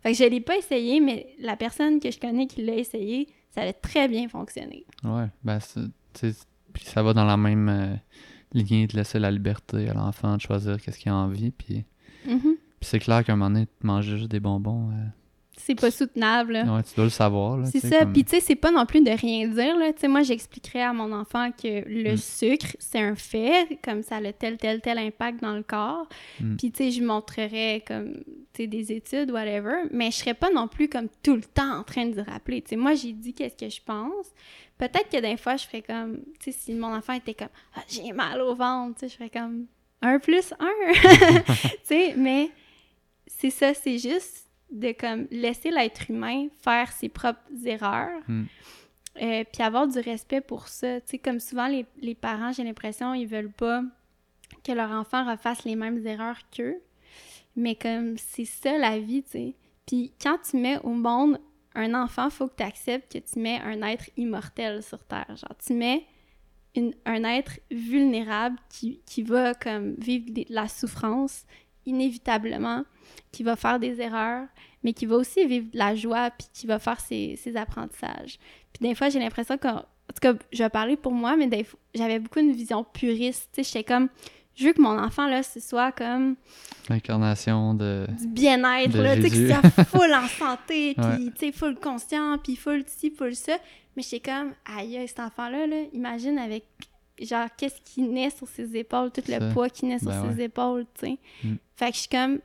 Fait que je l'ai pas essayé, mais la personne que je connais qui l'a essayé, ça a très bien fonctionné. Ouais, ben, c'est, puis ça va dans la même euh, lignée de laisser la liberté à l'enfant de choisir qu'est-ce qu'il a envie, puis, Mm-hmm. puis c'est clair qu'à un moment donné, manger juste des bonbons, euh, C'est pas soutenable, là. ouais, tu dois le savoir, là. C'est t'sais, ça. comme... Puis, tu sais, c'est pas non plus de rien dire, là. Tu sais, moi, j'expliquerais à mon enfant que le Mm. sucre, c'est un fait, comme ça a tel, tel, tel impact dans le corps. Mm. Puis, tu sais, je montrerais, comme, tu sais, des études, whatever, mais je serais pas non plus, comme, tout le temps en train de rappeler. Tu sais, moi, j'ai dit qu'est-ce que je pense. Peut-être que des fois, je ferais comme, tu sais, si mon enfant était comme, ah, j'ai mal au ventre, tu sais, je ferais comme, un plus un. Tu sais, mais c'est ça, c'est juste de comme laisser l'être humain faire ses propres erreurs, Mm. euh, puis avoir du respect pour ça. Tu sais, comme souvent, les, les parents, j'ai l'impression, ils veulent pas que leur enfant refasse les mêmes erreurs qu'eux, mais comme c'est ça la vie, tu sais. Puis quand tu mets au monde un enfant, faut que tu acceptes que tu mets un être immortel sur Terre. Genre, tu mets une, un être vulnérable qui, qui va comme vivre de la souffrance inévitablement, qui va faire des erreurs, mais qui va aussi vivre de la joie, puis qui va faire ses, ses apprentissages. Puis des fois, j'ai l'impression que, en tout cas, je vais parler pour moi, mais des fois, j'avais beaucoup une vision puriste, tu sais, j'étais comme, je veux que mon enfant, là, ce soit comme L'incarnation de... du bien-être, de là, tu sais, Jésus. qu'il soit full en santé, puis, Ouais. tu sais, full conscient, puis full ci, full ça, mais j'étais comme, aïe, cet enfant-là, là, imagine avec, genre, qu'est-ce qui naît sur ses épaules, tout Ça. le poids qui naît sur Ben ses ouais. épaules, tu sais. Mm. Fait que je suis comme,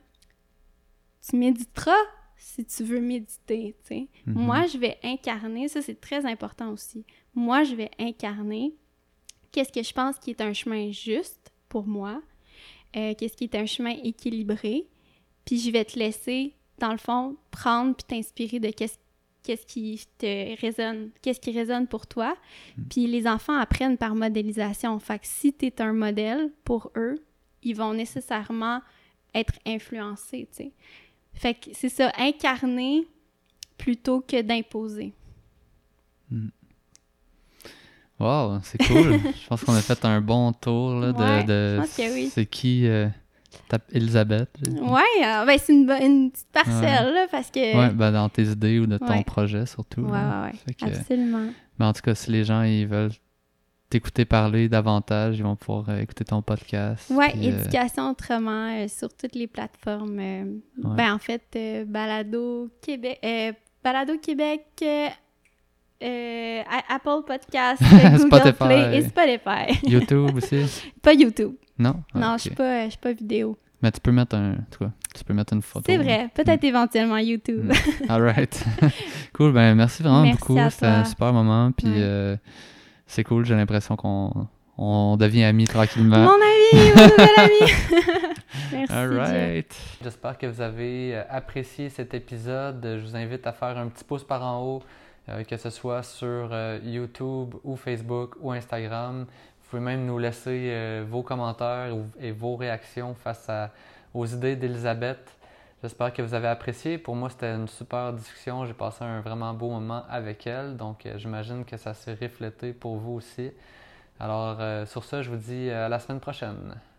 tu méditeras si tu veux méditer, tu sais. Mhm. Moi, je vais incarner, ça c'est très important aussi, moi, je vais incarner qu'est-ce que je pense qui est un chemin juste pour moi, euh, qu'est-ce qui est un chemin équilibré, puis je vais te laisser, dans le fond, prendre puis t'inspirer de qu'est-ce qu'est-ce qui te résonne, qu'est-ce qui résonne pour toi. Mm. Puis les enfants apprennent par modélisation. Fait que si t'es un modèle pour eux, ils vont nécessairement être influencés, tu sais. Fait que c'est ça, incarner plutôt que d'imposer. Wow, c'est cool. Je pense qu'on a fait un bon tour là, de, Ouais, de je pense que oui. c'est qui euh, ta- Elisabeth. j'ai dit. Ouais, euh, ben c'est une, bo- une petite parcelle, là, parce que... Ouais, ben dans tes idées ou de ton Ouais. projet surtout. ouais, là. ouais, ouais, Fait que- absolument. mais en tout cas, si les gens ils veulent t'écouter parler davantage, ils vont pouvoir euh, écouter ton podcast. Ouais, puis, euh, éducation autrement euh, sur toutes les plateformes. euh, Ouais. Ben en fait, euh, Balado Québec, euh, Balado Québec, euh, euh, A- Apple Podcast, euh, Google Spotify. Play et Spotify. YouTube aussi? Pas YouTube. Non? Ah, non, ok. je suis pas, euh, je suis pas vidéo. Mais tu peux mettre un. En tout cas, tu peux mettre une photo. C'est vrai, peut-être éventuellement YouTube. Mm. All right. Cool. Ben, merci vraiment Merci beaucoup. à C'était un toi. super moment. Puis Ouais. euh, c'est cool. J'ai l'impression qu'on on devient amis tranquillement. Mon ami, mon nouvel ami. Merci. All Dieu. right. J'espère que vous avez euh, apprécié cet épisode. Je vous invite à faire un petit pouce par en haut, euh, que ce soit sur euh, YouTube ou Facebook ou Instagram. Vous pouvez même nous laisser euh, vos commentaires ou- et vos réactions face à, aux idées d'Elisabeth. J'espère que vous avez apprécié. Pour moi, c'était une super discussion. J'ai passé un vraiment beau moment avec elle. Donc, euh, j'imagine que ça s'est reflété pour vous aussi. Alors, euh, sur ça, je vous dis euh, à la semaine prochaine.